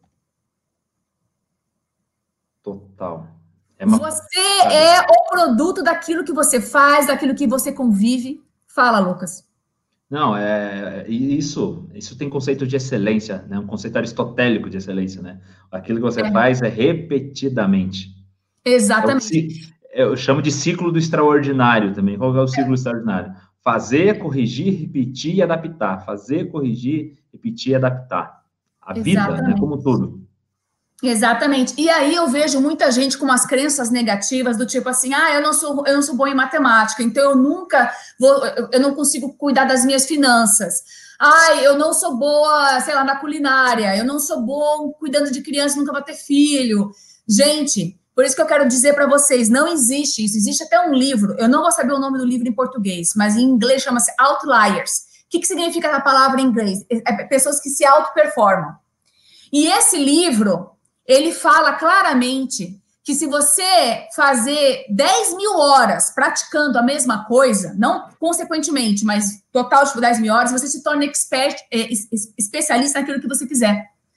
A: Total.
B: É uma... Você é o produto daquilo que você faz, daquilo que você convive. Fala, Lucas.
A: Não, é isso, isso tem conceito de excelência, né? Um conceito aristotélico de excelência, né? Aquilo que você é. faz é repetidamente.
B: Exatamente.
A: É o, eu chamo de ciclo do extraordinário também. Qual é o ciclo é. extraordinário? Fazer, corrigir, repetir e adaptar. Fazer, corrigir, repetir e adaptar. A Exatamente. vida, né? Como tudo.
B: Exatamente. E aí eu vejo muita gente com umas crenças negativas do tipo assim, ah, eu não sou, eu não sou boa em matemática, então eu nunca vou, eu não consigo cuidar das minhas finanças. Ah, eu não sou boa, sei lá, na culinária, eu não sou boa cuidando de criança, nunca vou ter filho. Gente, por isso que eu quero dizer para vocês, não existe isso. Existe até um livro, eu não vou saber o nome do livro em português, mas em inglês chama-se Outliers. O que, que significa a palavra em inglês? É pessoas que se auto-performam. E esse livro... ele fala claramente que se você fazer dez mil horas praticando a mesma coisa, não consequentemente, mas total de dez mil horas, você se torna expert, é, especialista naquilo que você quiser.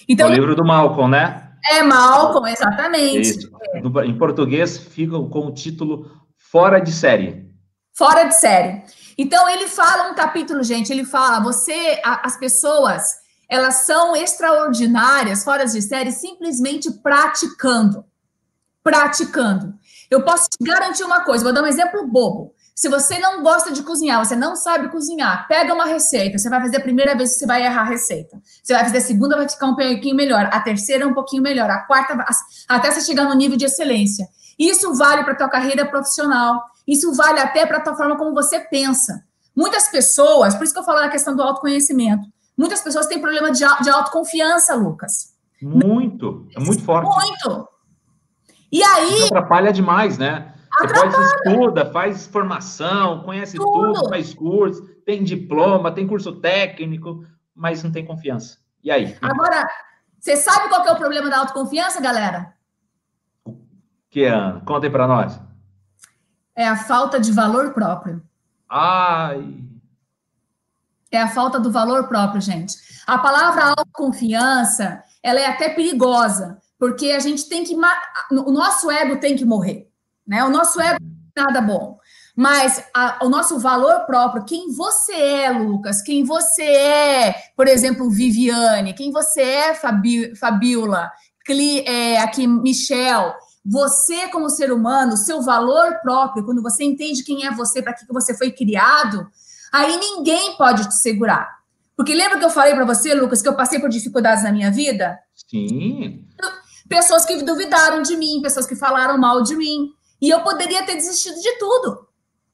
B: Então,
A: o livro do Malcolm, né?
B: É Malcolm, exatamente.
A: Isso. No, em português, fica com o título Fora de Série.
B: Fora de série. Então, ele fala um capítulo, gente, ele fala, você, a, as pessoas, elas são extraordinárias, fora de série, simplesmente praticando. Praticando. Eu posso te garantir uma coisa, vou dar um exemplo bobo. Se você não gosta de cozinhar, você não sabe cozinhar, pega uma receita, você vai fazer a primeira vez que você vai errar a receita. Você vai fazer a segunda, vai ficar um pouquinho melhor. A terceira, um pouquinho melhor. A quarta, até você chegar no nível de excelência. Isso vale para a tua carreira profissional. Isso vale até para a tua forma como você pensa. Muitas pessoas, por isso que eu falo na questão do autoconhecimento, muitas pessoas têm problema de, de autoconfiança, Lucas.
A: Muito, é muito forte.
B: Muito. E aí...
A: Isso atrapalha demais, né? Você pode estuda, faz formação, conhece tudo. tudo, faz curso, tem diploma, tem curso técnico, mas não tem confiança. E aí?
B: Agora, você sabe qual que é o problema da autoconfiança, galera?
A: Que Ana? Conta aí para nós.
B: É a falta de valor próprio.
A: Ai...
B: É a falta do valor próprio, gente. A palavra autoconfiança, ela é até perigosa, porque a gente tem que... O nosso ego tem que morrer. Né? O nosso ego não é nada bom, mas a, o nosso valor próprio, quem você é, Lucas, quem você é, por exemplo, Viviane, quem você é, Fabi, Fabiola, Cli, é, aqui, Michel, você como ser humano, seu valor próprio, quando você entende quem é você, para que você foi criado, aí ninguém pode te segurar. Porque lembra que eu falei para você, Lucas, que eu passei por dificuldades na minha vida?
A: Sim.
B: Pessoas que duvidaram de mim, pessoas que falaram mal de mim. E eu poderia ter desistido de tudo.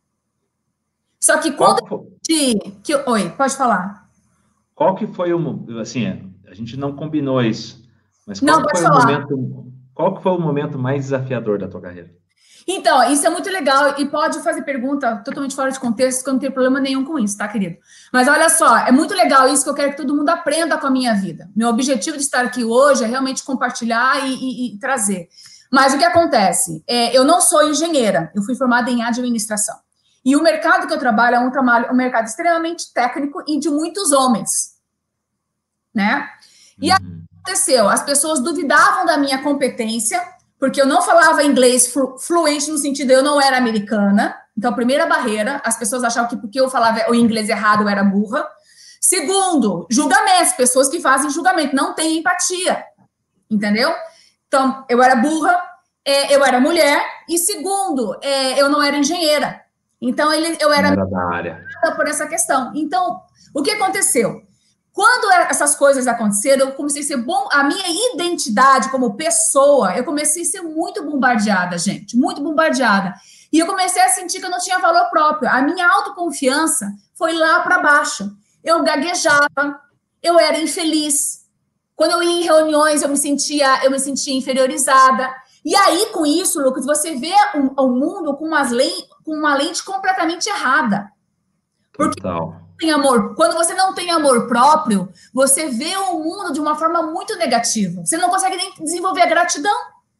B: Só que quando... Que, que, oi, pode falar.
A: Qual que foi o... Assim, a gente não combinou isso. Mas qual,
B: não,
A: que foi o momento, qual que foi o momento mais desafiador da tua carreira?
B: Então, isso é muito legal. E pode fazer pergunta totalmente fora de contexto, que eu não tenho problema nenhum com isso, tá, querido? Mas olha só, é muito legal isso que eu quero que todo mundo aprenda com a minha vida. Meu objetivo de estar aqui hoje é realmente compartilhar e, e, e trazer. Mas o que acontece? É, eu não sou engenheira, eu fui formada em administração. E o mercado que eu trabalho é um, trabalho, um mercado extremamente técnico e de muitos homens. Né? E aí, o que aconteceu? As pessoas duvidavam da minha competência, porque eu não falava inglês flu, fluente no sentido de eu não era americana. Então, a primeira barreira, as pessoas achavam que porque eu falava o inglês errado, eu era burra. Segundo, julgamentos, pessoas que fazem julgamento, não têm empatia. Entendeu? Então, eu era burra, é, eu era mulher, e segundo, é, eu não era engenheira. Então, ele, eu era,
A: era da área
B: por essa questão. Então, o que aconteceu? Quando essas coisas aconteceram, eu comecei a ser bom, a minha identidade como pessoa, eu comecei a ser muito bombardeada, gente, muito bombardeada. E eu comecei a sentir que eu não tinha valor próprio. A minha autoconfiança foi lá para baixo. Eu gaguejava, eu era infeliz. Quando eu ia em reuniões, eu me sentia, eu me sentia inferiorizada. E aí, com isso, Lucas, você vê o, o mundo com, umas lentes, com uma lente completamente errada. Porque
A: Total.
B: Tem amor, quando você não tem amor próprio, você vê o mundo de uma forma muito negativa. Você não consegue nem desenvolver a gratidão.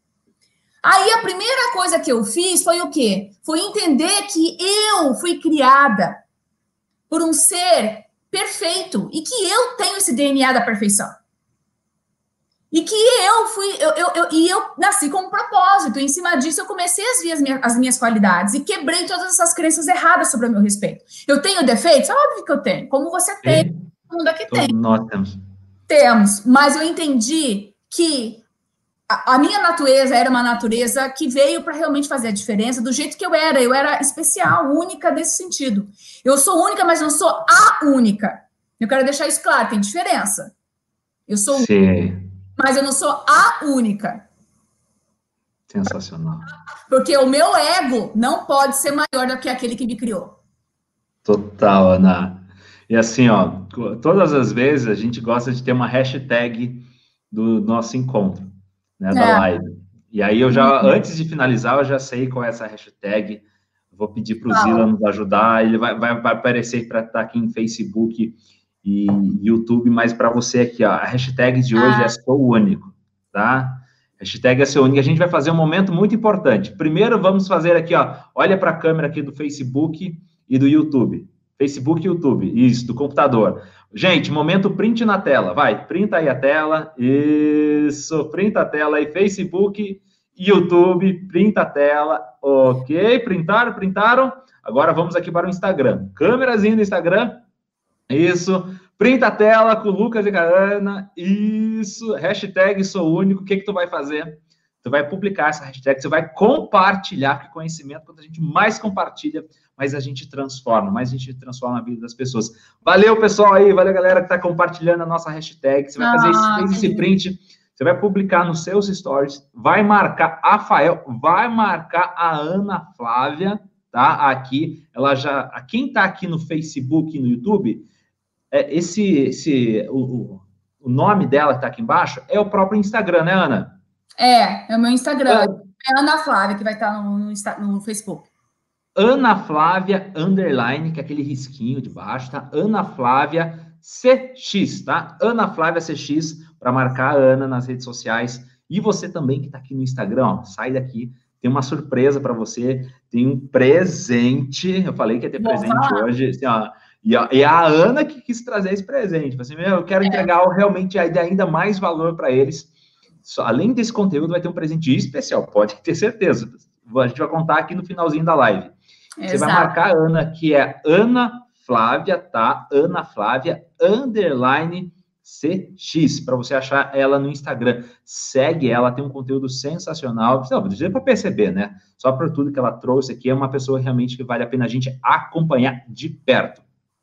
B: Aí, a primeira coisa que eu fiz foi o quê? Foi entender que eu fui criada por um ser perfeito e que eu tenho esse D N A da perfeição. E que eu fui, eu, eu, eu, e eu nasci com um propósito. E em cima disso, eu comecei a ver as minhas, as minhas qualidades e quebrei todas essas crenças erradas sobre o meu respeito. Eu tenho defeitos? Óbvio que eu tenho. Como você tem, todo mundo aqui tem.
A: Nós temos.
B: Temos. Mas eu entendi que a, a minha natureza era uma natureza que veio para realmente fazer a diferença do jeito que eu era. Eu era especial, única nesse sentido. Eu sou única, mas não sou a única. Eu quero deixar isso claro, tem diferença. Eu sou
A: Sim.
B: única. Mas eu não sou a única.
A: Sensacional.
B: Porque o meu ego não pode ser maior do que aquele que me criou.
A: Total, Ana. E assim, ó, todas as vezes a gente gosta de ter uma hashtag do nosso encontro, né, da
B: É.
A: live. E aí eu já, uhum. antes de finalizar, eu já sei qual é essa hashtag. Vou pedir para o ah. Zila nos ajudar. Ele vai, vai, vai aparecer para estar aqui em Facebook e YouTube, mas para você aqui, ó, a hashtag de hoje ah. é Sou Único, tá? Hashtag é Sou Único. A gente vai fazer um momento muito importante. Primeiro, vamos fazer aqui, ó, olha para a câmera aqui do Facebook e do YouTube. Facebook e YouTube, isso, do computador. Gente, momento print na tela. Vai, printa aí a tela. Isso, printa a tela aí. Facebook, YouTube, printa a tela. Ok, printaram, printaram. Agora vamos aqui para o Instagram. Câmerazinha do Instagram. Isso. Printa a tela com o Lucas e com a Ana. Isso. Hashtag sou único. O que que tu vai fazer? Tu vai publicar essa hashtag, você vai compartilhar, porque conhecimento, quanto a gente mais compartilha, mais a gente transforma, mais a gente transforma a vida das pessoas. Valeu, pessoal aí, valeu, galera que está compartilhando a nossa hashtag. Você vai fazer ah, esse, esse print, você vai publicar nos seus stories, vai marcar a Fael, vai marcar a Ana Flávia, tá? Aqui, ela já, quem está aqui no Facebook e no YouTube, é, esse, esse, o, o nome dela que está aqui embaixo é o próprio Instagram, né, Ana?
B: É, é o meu Instagram. É Ana Flávia, que vai estar no, no, no Facebook.
A: Ana Flávia, underline, que é aquele risquinho de baixo, tá? Ana Flávia C X, tá? Ana Flávia C X, para marcar a Ana nas redes sociais. E você também que está aqui no Instagram, ó, sai daqui, tem uma surpresa para você, tem um presente. Eu falei que ia ter Vou presente falar. hoje, assim, ó. E a, e a Ana que quis trazer esse presente. Assim, meu, eu quero é. entregar realmente ainda mais valor para eles. Só, além desse conteúdo, vai ter um presente especial, pode ter certeza. A gente vai contar aqui no finalzinho da live. Exato. Você vai marcar a Ana, que é Ana Flávia, tá? Ana Flávia, underline C X, para você achar ela no Instagram. Segue ela, tem um conteúdo sensacional. Não, dizer para perceber, né? Só por tudo que ela trouxe aqui, é uma pessoa realmente que vale a pena a gente acompanhar de perto.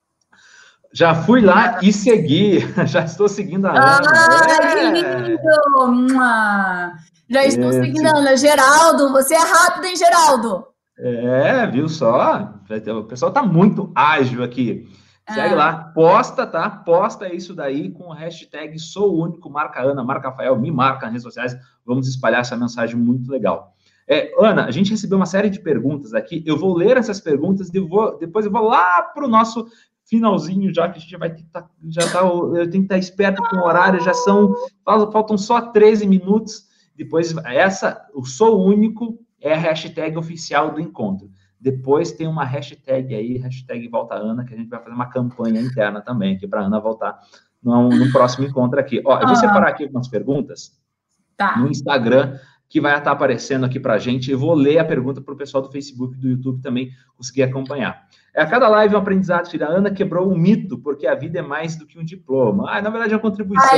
A: Já fui lá e segui, já estou seguindo a Ana.
B: Ah, é. Que lindo! Já estou Esse. seguindo a Ana. Geraldo, você é rápido, hein, Geraldo?
A: É, viu só? O pessoal tá muito ágil aqui. Segue ah. lá, posta, tá? Posta isso daí com o hashtag sou único, marca Ana, marca Rafael, me marca nas redes sociais. Vamos espalhar essa mensagem muito legal. É, Ana, a gente recebeu uma série de perguntas aqui. Eu vou ler essas perguntas e vou, depois eu vou lá para o nosso finalzinho, já que a gente vai ter que tá, já tá, eu tenho que estar esperto com o horário, já são, faltam só treze minutos, depois essa, o Sou Único é a hashtag oficial do encontro, depois tem uma hashtag aí, hashtag Volta Ana, que a gente vai fazer uma campanha interna também, aqui para a Ana voltar no, no próximo encontro aqui. Ó, eu vou separar aqui algumas perguntas tá. no Instagram, que vai estar aparecendo aqui para a gente. Eu vou ler a pergunta para o pessoal do Facebook e do YouTube também conseguir acompanhar. É, a cada live é um aprendizado, filha. A Ana quebrou um mito, porque a vida é mais do que um diploma. Ah, na verdade é uma contribuição.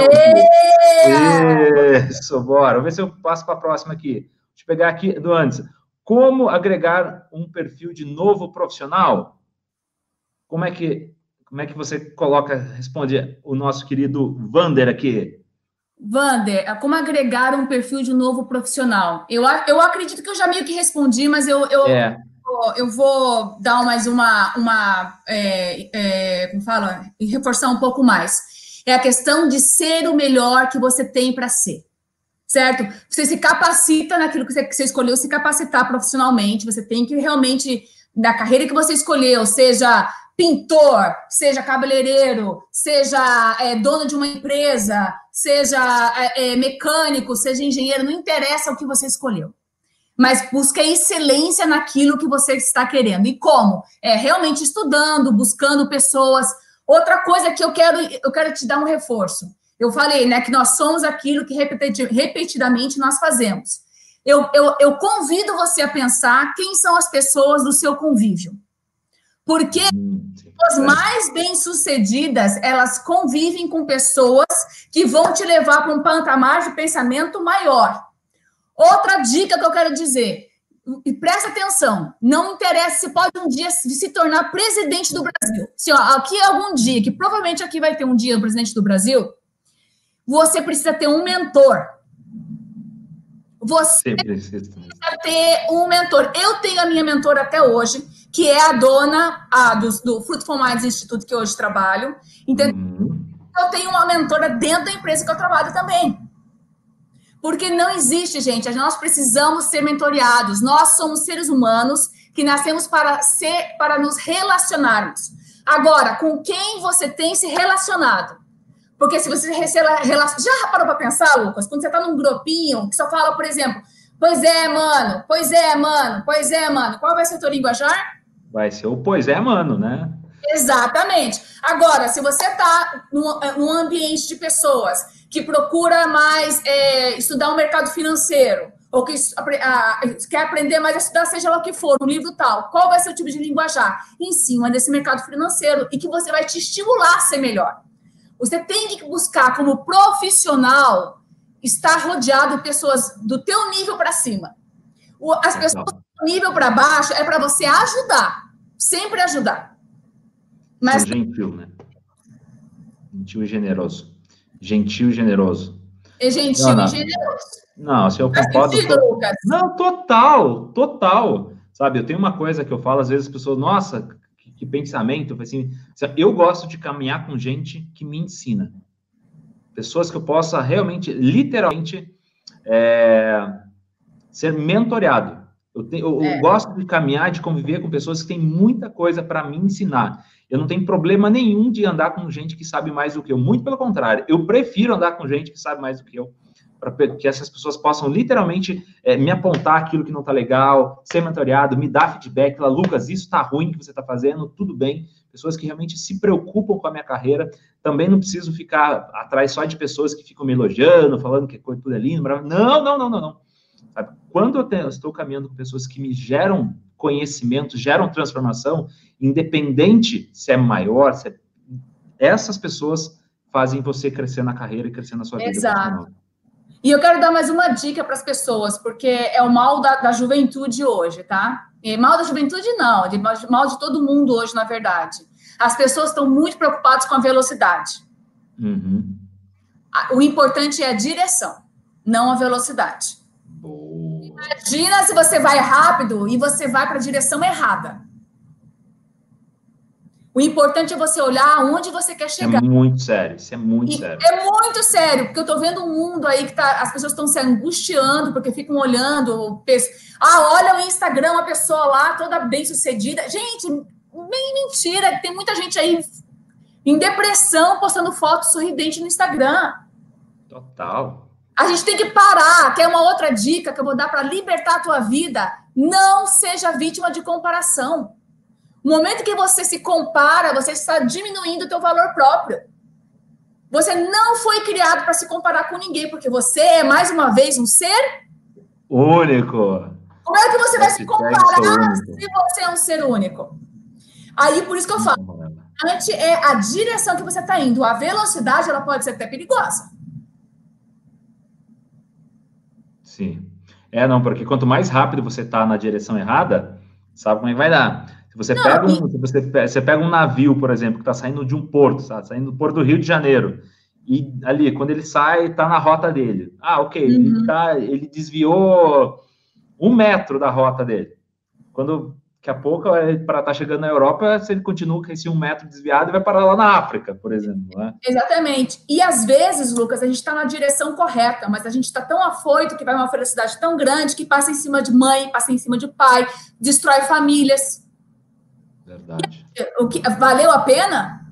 A: Aê! Isso, bora. Vamos ver se eu passo para a próxima aqui. Deixa eu pegar aqui do antes. Como agregar um perfil de novo profissional? Como é que, como é que você coloca, responde o nosso querido Vander aqui?
B: Vander, como agregar um perfil de novo profissional? Eu, eu acredito que eu já meio que respondi, mas eu, eu, é. eu, eu vou dar mais uma, uma é, é, como fala? Reforçar um pouco mais. É a questão de ser o melhor que você tem para ser, certo? Você se capacita naquilo que você, que você escolheu, se capacitar profissionalmente, você tem que realmente, na carreira que você escolheu, seja pintor, seja cabeleireiro, seja é, dono de uma empresa, seja é, mecânico, seja engenheiro, não interessa o que você escolheu. Mas busca excelência naquilo que você está querendo. E como? É realmente estudando, buscando pessoas. Outra coisa que eu quero, eu quero te dar um reforço. Eu falei, né, que nós somos aquilo que repetidamente nós fazemos. Eu, eu, eu convido você a pensar quem são as pessoas do seu convívio. Porque as mais bem-sucedidas, elas convivem com pessoas que vão te levar para um patamar de pensamento maior. Outra dica que eu quero dizer, e presta atenção, não interessa se pode um dia se tornar presidente do Brasil. Se ó, aqui é algum dia, que provavelmente aqui vai ter um dia o presidente do Brasil, você precisa ter um mentor. Você precisa ter um mentor. Eu tenho a minha mentora até hoje, que é a dona a, do, do Fruitful Minds Institute, que hoje trabalho. Entendeu? Uhum. Eu tenho uma mentora dentro da empresa que eu trabalho também. Porque não existe, gente, nós precisamos ser mentoreados. Nós somos seres humanos que nascemos para, ser, para nos relacionarmos. Agora, com quem você tem se relacionado? Porque se você relaciona... Já parou para pensar, Lucas? Quando você está num grupinho que só fala, por exemplo, pois é, mano, pois é, mano, pois é, mano. Qual vai ser o teu linguajar?
A: Vai ser o pois é, mano, né?
B: Exatamente. Agora, se você está num, num ambiente de pessoas que procura mais é, estudar o mercado financeiro, ou que a, quer aprender mais a estudar, seja lá o que for, um livro tal, qual vai ser o tipo de linguajar? Em cima desse mercado financeiro, e que você vai te estimular a ser melhor. Você tem que buscar, como profissional, estar rodeado de pessoas do teu nível para cima. As pessoas do nível para baixo é para você ajudar, sempre ajudar. Mas...
A: gentil, né? Gentil e generoso. Gentil e generoso.
B: É gentil não, e generoso.
A: Não, se eu concordo...
B: Sentido,
A: to...
B: Lucas?
A: Não, total, total. Sabe, eu tenho uma coisa que eu falo, às vezes as pessoas, nossa, que, que pensamento. Assim, eu gosto de caminhar com gente que me ensina. Pessoas que eu possa realmente, literalmente, é, ser mentoreado. Eu, te, eu, é. eu gosto de caminhar, de conviver com pessoas que têm muita coisa para me ensinar. Eu não tenho problema nenhum de andar com gente que sabe mais do que eu. Muito pelo contrário, eu prefiro andar com gente que sabe mais do que eu, para que essas pessoas possam literalmente é, me apontar aquilo que não está legal, ser mentoreado, me dar feedback, falar, Lucas, isso está ruim que você está fazendo, tudo bem. Pessoas que realmente se preocupam com a minha carreira. Também não preciso ficar atrás só de pessoas que ficam me elogiando, falando que tudo é lindo. Não, não, não, não, não. Sabe? Quando eu, tenho, eu estou caminhando com pessoas que me geram conhecimento, geram transformação, independente se é maior, se é... essas pessoas fazem você crescer na carreira e crescer na sua vida.
B: Exato. E eu quero dar mais uma dica para as pessoas, porque é o mal da, da juventude hoje, tá? E mal da juventude não, de, mal de todo mundo hoje, na verdade. As pessoas estão muito preocupadas com a velocidade.
A: Uhum.
B: O importante é a direção, não a velocidade.
A: Boa.
B: Imagina se você vai rápido e você vai para a direção errada. O importante é você olhar aonde você quer chegar.
A: É muito sério, isso é muito
B: e
A: sério.
B: É muito sério, porque eu tô vendo um mundo aí que tá, as pessoas estão se angustiando, porque ficam olhando, ah, olha o Instagram, a pessoa lá toda bem-sucedida. Gente, bem mentira, tem muita gente aí em depressão postando foto sorridente no Instagram.
A: Total.
B: A gente tem que parar, que é uma outra dica que eu vou dar para libertar a tua vida. Não seja vítima de comparação. No momento que você se compara, você está diminuindo o teu valor próprio. Você não foi criado para se comparar com ninguém, porque você é, mais uma vez, um ser...
A: único.
B: Como é que você vai se comparar se você é um ser único? Aí, por isso que eu falo, antes é a direção que você está indo. A velocidade, ela pode ser até perigosa.
A: Sim. É, não, porque quanto mais rápido você está na direção errada, sabe como é que vai dar? Se você, não, pega, um, se você, você pega um navio, por exemplo, que está saindo de um porto, sabe? Saindo do porto do Rio de Janeiro, e ali, quando ele sai, está na rota dele. Ah, ok, uhum. ele, tá, ele desviou um metro da rota dele. Quando, daqui a pouco, para estar tá chegando na Europa, se ele continua com esse um metro desviado, vai parar lá na África, por exemplo. Né?
B: Exatamente. E, às vezes, Lucas, a gente está na direção correta, mas a gente está tão afoito que vai uma felicidade tão grande que passa em cima de mãe, passa em cima de pai, destrói famílias.
A: Verdade.
B: O que, valeu a pena?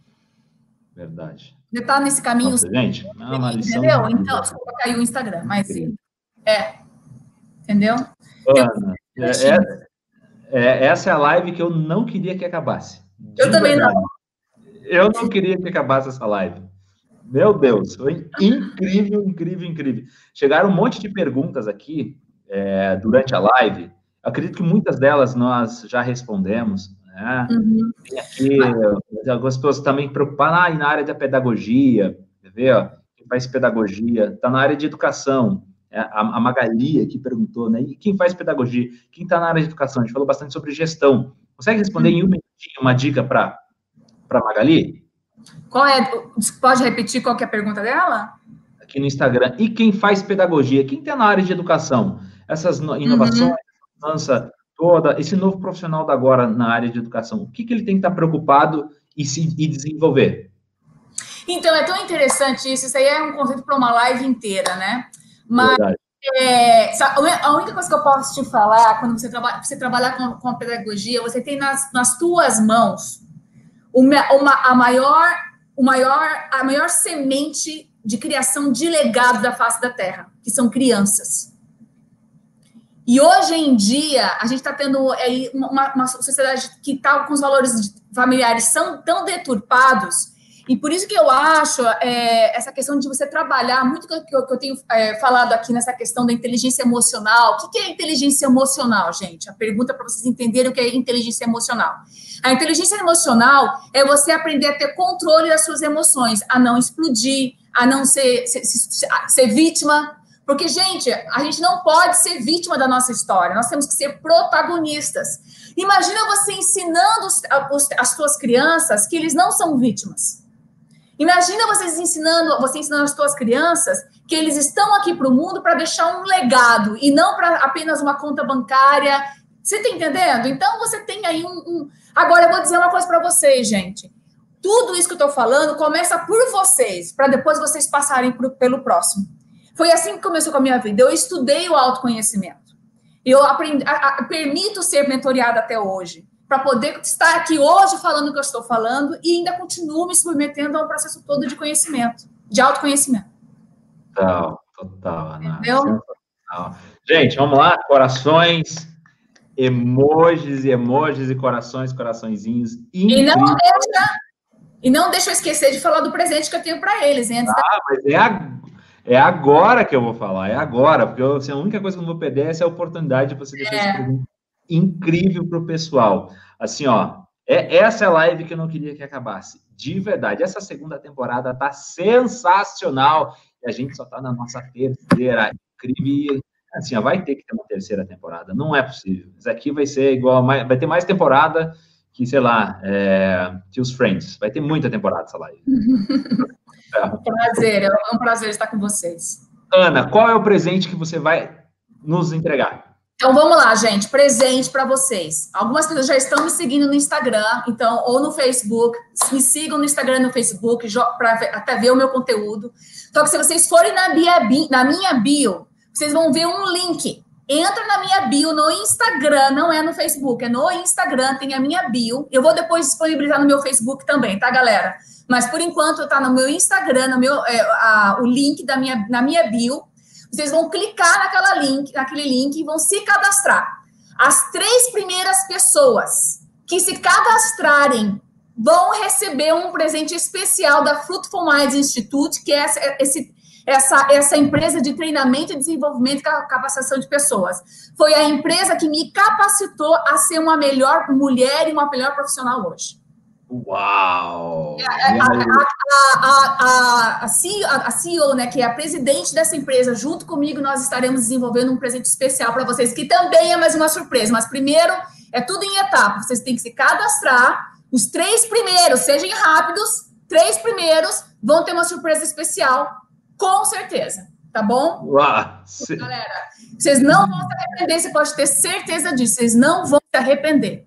A: Verdade.
B: Você está nesse caminho.
A: Nossa, gente, é uma lição.
B: Entendeu? Então, desculpa, caiu o Instagram, mas sim. É. Entendeu?
A: Ana, eu, é, é, é, essa é a live que eu não queria que acabasse.
B: Eu também verdade. não.
A: Eu não queria que acabasse essa live. Meu Deus, foi incrível, incrível, incrível. Chegaram um monte de perguntas aqui é, durante a live. Acredito que muitas delas nós já respondemos. Né? Uhum. Tem aqui algumas pessoas também preocupadas ah, na área da pedagogia, quer ver? Ó, quem faz pedagogia, está na área de educação. A, a Magali aqui perguntou, né? E quem faz pedagogia? Quem está na área de educação? A gente falou bastante sobre gestão. Consegue responder uhum. em um minutinho uma dica para a Magali?
B: Qual é? Pode repetir qual que é a pergunta dela?
A: Aqui no Instagram. E quem faz pedagogia? Quem está na área de educação? Essas inovações, uhum. mudança toda, esse novo profissional da agora na área de educação, o que, que ele tem que estar preocupado e, se, e desenvolver?
B: Então, é tão interessante isso, isso aí é um conceito para uma live inteira, né? Mas é, a única coisa que eu posso te falar, quando você, traba, você trabalhar com, com a pedagogia, você tem nas, nas tuas mãos uma, uma, a, maior, o maior, a maior semente de criação de legado da face da Terra, que são crianças. E hoje em dia, a gente está tendo aí uma, uma sociedade que está com os valores familiares são tão deturpados, e por isso que eu acho é, essa questão de você trabalhar, muito que eu, que eu tenho é, falado aqui nessa questão da inteligência emocional. O que é inteligência emocional, gente? A pergunta para vocês entenderem o que é inteligência emocional. A inteligência emocional é você aprender a ter controle das suas emoções, a não explodir, a não ser, ser, ser, ser vítima. Porque, gente, a gente não pode ser vítima da nossa história, nós temos que ser protagonistas. Imagina você ensinando os, os, as suas crianças que eles não são vítimas. Imagina vocês ensinando, você ensinando as suas crianças que eles estão aqui para o mundo para deixar um legado e não para apenas uma conta bancária. Você está entendendo? Então, você tem aí um... um... Agora, eu vou dizer uma coisa para vocês, gente. Tudo isso que eu estou falando começa por vocês, para depois vocês passarem pro, pelo próximo. Foi assim que começou com a minha vida. Eu estudei o autoconhecimento. Eu aprendi, a, a, permito ser mentoreada até hoje, para poder estar aqui hoje falando o que eu estou falando e ainda continuo me submetendo a um processo todo de conhecimento, de autoconhecimento.
A: Total, total, Ana.
B: Entendeu?
A: Total. Gente, vamos lá, corações, emojis e emojis e corações, coraçõezinhos.
B: E não, deixa, e não deixa eu esquecer de falar do presente que eu tenho para eles. Hein, antes
A: ah, da... mas é, a, é agora que eu vou falar, é agora, porque eu, assim, a única coisa que eu não vou perder é essa oportunidade de você deixar é. esse presente incrível para o pessoal. Assim, ó, é, essa é a live que eu não queria que acabasse. De verdade, essa segunda temporada tá sensacional. E a gente só tá na nossa terceira. Incrível. Assim, ó, vai ter que ter uma terceira temporada. Não é possível. Isso aqui vai ser igual... Mais, vai ter mais temporada que, sei lá, é, que os Friends. Vai ter muita temporada essa live.
B: É um prazer. É um prazer estar com vocês.
A: Ana, qual é o presente que você vai nos entregar?
B: Então, vamos lá, gente. Presente para vocês. Algumas pessoas já estão me seguindo no Instagram, então, ou no Facebook. Me sigam no Instagram e no Facebook para até ver o meu conteúdo. Então, se vocês forem na, bio, na minha bio, vocês vão ver um link. Entra na minha bio no Instagram, não é no Facebook, é no Instagram, tem a minha bio. Eu vou depois disponibilizar no meu Facebook também, tá, galera? Mas, por enquanto, tá no meu Instagram, no meu, é, a, o link da minha, na minha bio. Vocês vão clicar naquela link, naquele link e vão se cadastrar. As três primeiras pessoas que se cadastrarem vão receber um presente especial da Fruitful Minds Institute, que é essa, esse, essa, essa empresa de treinamento e desenvolvimento e capacitação de pessoas. Foi a empresa que me capacitou a ser uma melhor mulher e uma melhor profissional hoje.
A: Uau!
B: A, a, a, a, C E O, a C E O, né, que é a presidente dessa empresa, junto comigo, nós estaremos desenvolvendo um presente especial para vocês, que também é mais uma surpresa. Mas primeiro, é tudo em etapa. Vocês têm que se cadastrar. Os três primeiros, sejam rápidos, três primeiros vão ter uma surpresa especial, com certeza. Tá bom?
A: Uau! Se...
B: Galera, vocês não vão se arrepender, você pode ter certeza disso. Vocês não vão se arrepender.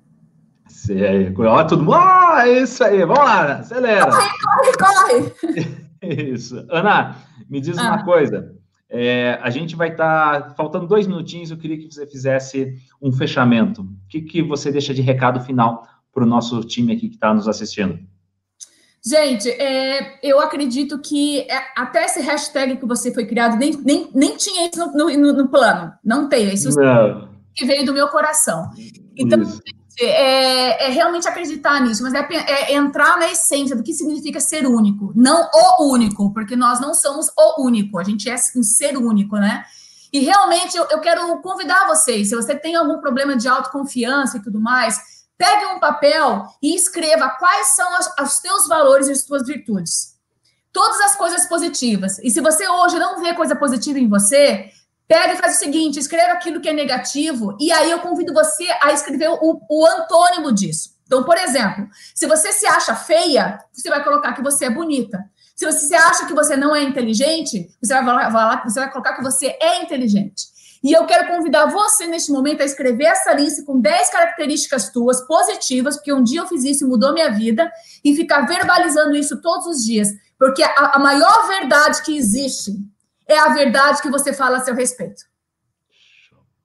A: Olha todo mundo, ah, é isso aí, vamos lá, acelera.
B: Corre, corre, corre.
A: Isso. Ana, me diz ah. uma coisa, é, a gente vai estar, tá, faltando dois minutinhos, eu queria que você fizesse um fechamento. O que, que você deixa de recado final para o nosso time aqui que está nos assistindo?
B: Gente, é, eu acredito que é, até esse hashtag que você foi criado, nem, nem, nem tinha isso no, no, no plano, não tem, isso não. Que veio do meu coração. Então, isso. É, é realmente acreditar nisso, mas é, é entrar na essência do que significa ser único, não o único, porque nós não somos o único, a gente é um ser único, né? E realmente eu, eu quero convidar vocês, se você tem algum problema de autoconfiança e tudo mais, pegue um papel e escreva quais são os, os teus valores e as tuas virtudes. Todas as coisas positivas. E se você hoje não vê coisa positiva em você, pega e faz o seguinte, escreva aquilo que é negativo, e aí eu convido você a escrever o, o antônimo disso. Então, por exemplo, se você se acha feia, você vai colocar que você é bonita. Se você acha que você não é inteligente, você vai, vai, você vai colocar que você é inteligente. E eu quero convidar você, neste momento, a escrever essa lista com dez características tuas positivas, porque um dia eu fiz isso e mudou minha vida, e ficar verbalizando isso todos os dias. Porque a, a maior verdade que existe é a verdade que você fala a seu respeito.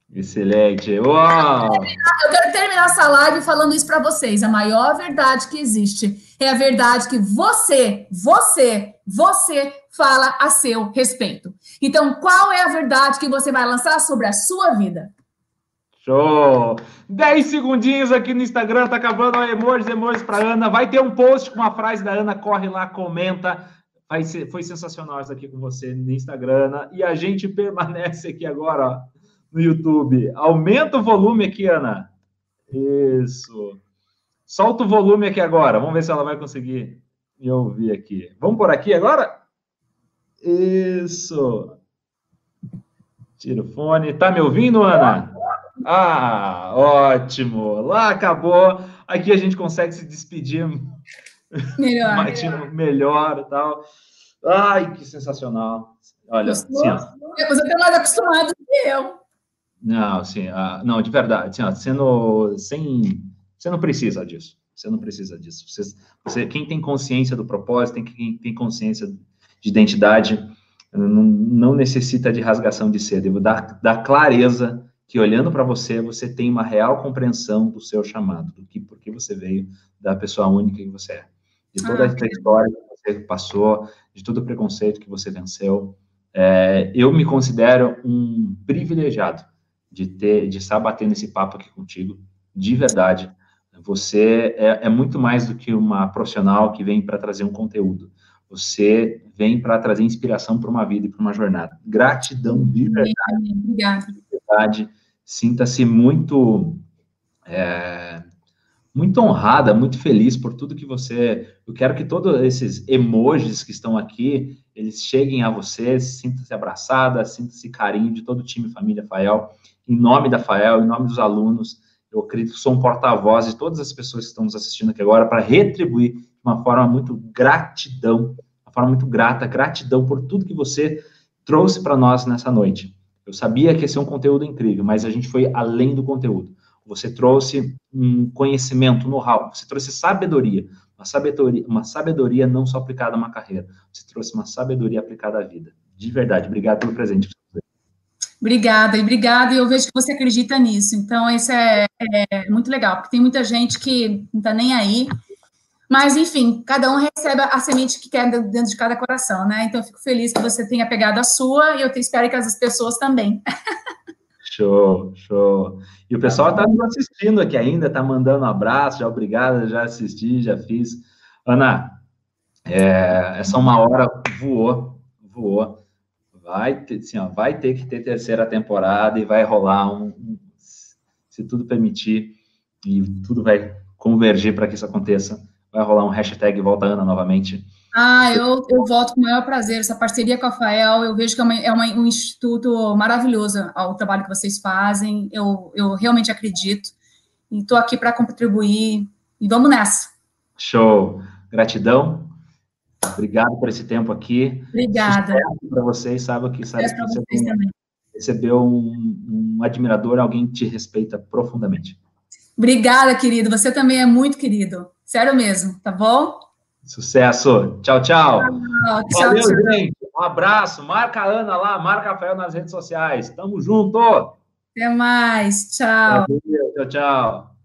A: Excelente. Uau!
B: Eu quero terminar essa live falando isso para vocês. A maior verdade que existe é a verdade que você, você, você fala a seu respeito. Então, qual é a verdade que você vai lançar sobre a sua vida?
A: Show! dez segundinhos aqui no Instagram, tá acabando. Emojis, emojis para Ana. Vai ter um post com uma frase da Ana, corre lá, comenta. Vai ser, foi sensacional isso aqui com você no Instagram, Ana. E a gente permanece aqui agora, ó, no YouTube. Aumenta o volume aqui, Ana. Isso. Solta o volume aqui agora. Vamos ver se ela vai conseguir me ouvir aqui. Vamos por aqui agora? Isso. Tira o fone. Tá me ouvindo, Ana? Ah, ótimo. Lá acabou. Aqui a gente consegue se despedir
B: melhor,
A: melhor. melhor e tal. Ai, que sensacional. Olha,
B: sim, você está mais acostumado do que eu.
A: Não, sim, uh, não, de verdade, assim, ó, sendo, sem, você não precisa disso, você não precisa disso. Você, você, quem tem consciência do propósito, tem, quem tem consciência de identidade, não, não necessita de rasgação de seda. Devo dar, dar clareza que, olhando para você, você tem uma real compreensão do seu chamado, do que, por que você veio, da pessoa única que você é, de toda ah, a história que você passou, de todo o preconceito que você venceu. É, eu me considero um privilegiado de ter, de estar batendo esse papo aqui contigo, de verdade. Você é, é muito mais do que uma profissional que vem para trazer um conteúdo. Você vem para trazer inspiração para uma vida e para uma jornada. Gratidão de verdade.
B: Obrigada.
A: De verdade. Sinta-se muito, é, muito honrada, muito feliz por tudo que você... Eu quero que todos esses emojis que estão aqui, eles cheguem a você, sinta-se abraçada, sinta-se carinho de todo o time Família Fael. Em nome da Fael, em nome dos alunos, eu acredito que sou um porta-voz de todas as pessoas que estão nos assistindo aqui agora para retribuir de uma forma muito gratidão, uma forma muito grata, gratidão por tudo que você trouxe para nós nessa noite. Eu sabia que ia ser um conteúdo incrível, mas a gente foi além do conteúdo. Você trouxe um conhecimento, um know-how, você trouxe sabedoria, uma sabedoria, uma sabedoria não só aplicada a uma carreira, você trouxe uma sabedoria aplicada à vida. De verdade, obrigado pelo presente.
B: Obrigada, e obrigada, e eu vejo que você acredita nisso, então isso é, é muito legal, porque tem muita gente que não está nem aí, mas, enfim, cada um recebe a semente que quer dentro de cada coração, né, então eu fico feliz que você tenha pegado a sua, e eu espero que as pessoas também.
A: Show, show. E o pessoal está nos assistindo aqui ainda, está mandando um abraço, já obrigado, já assisti, já fiz. Ana, é, essa uma hora voou, voou. Vai ter, assim, ó, vai ter que ter terceira temporada e vai rolar um, um se tudo permitir e tudo vai convergir para que isso aconteça, vai rolar um hashtag Volta Ana novamente.
B: Ah, eu, eu volto com o maior prazer, essa parceria com a Fael, eu vejo que é, uma, é uma, um instituto maravilhoso ao trabalho que vocês fazem, eu, eu realmente acredito, e estou aqui para contribuir, e vamos nessa.
A: Show, gratidão. Obrigado por esse tempo aqui.
B: Obrigada.
A: Para vocês, sabe que sabe que você tem, recebeu um, um admirador, alguém que te respeita profundamente.
B: Obrigada, querido. Você também é muito querido. Sério mesmo, tá bom?
A: Sucesso. Tchau, tchau.
B: Tchau, tchau.
A: Valeu,
B: tchau.
A: gente. Um abraço. Marca a Ana lá, marca a Fael nas redes sociais. Tamo junto.
B: Até mais. Tchau.
A: Valeu, tchau, tchau.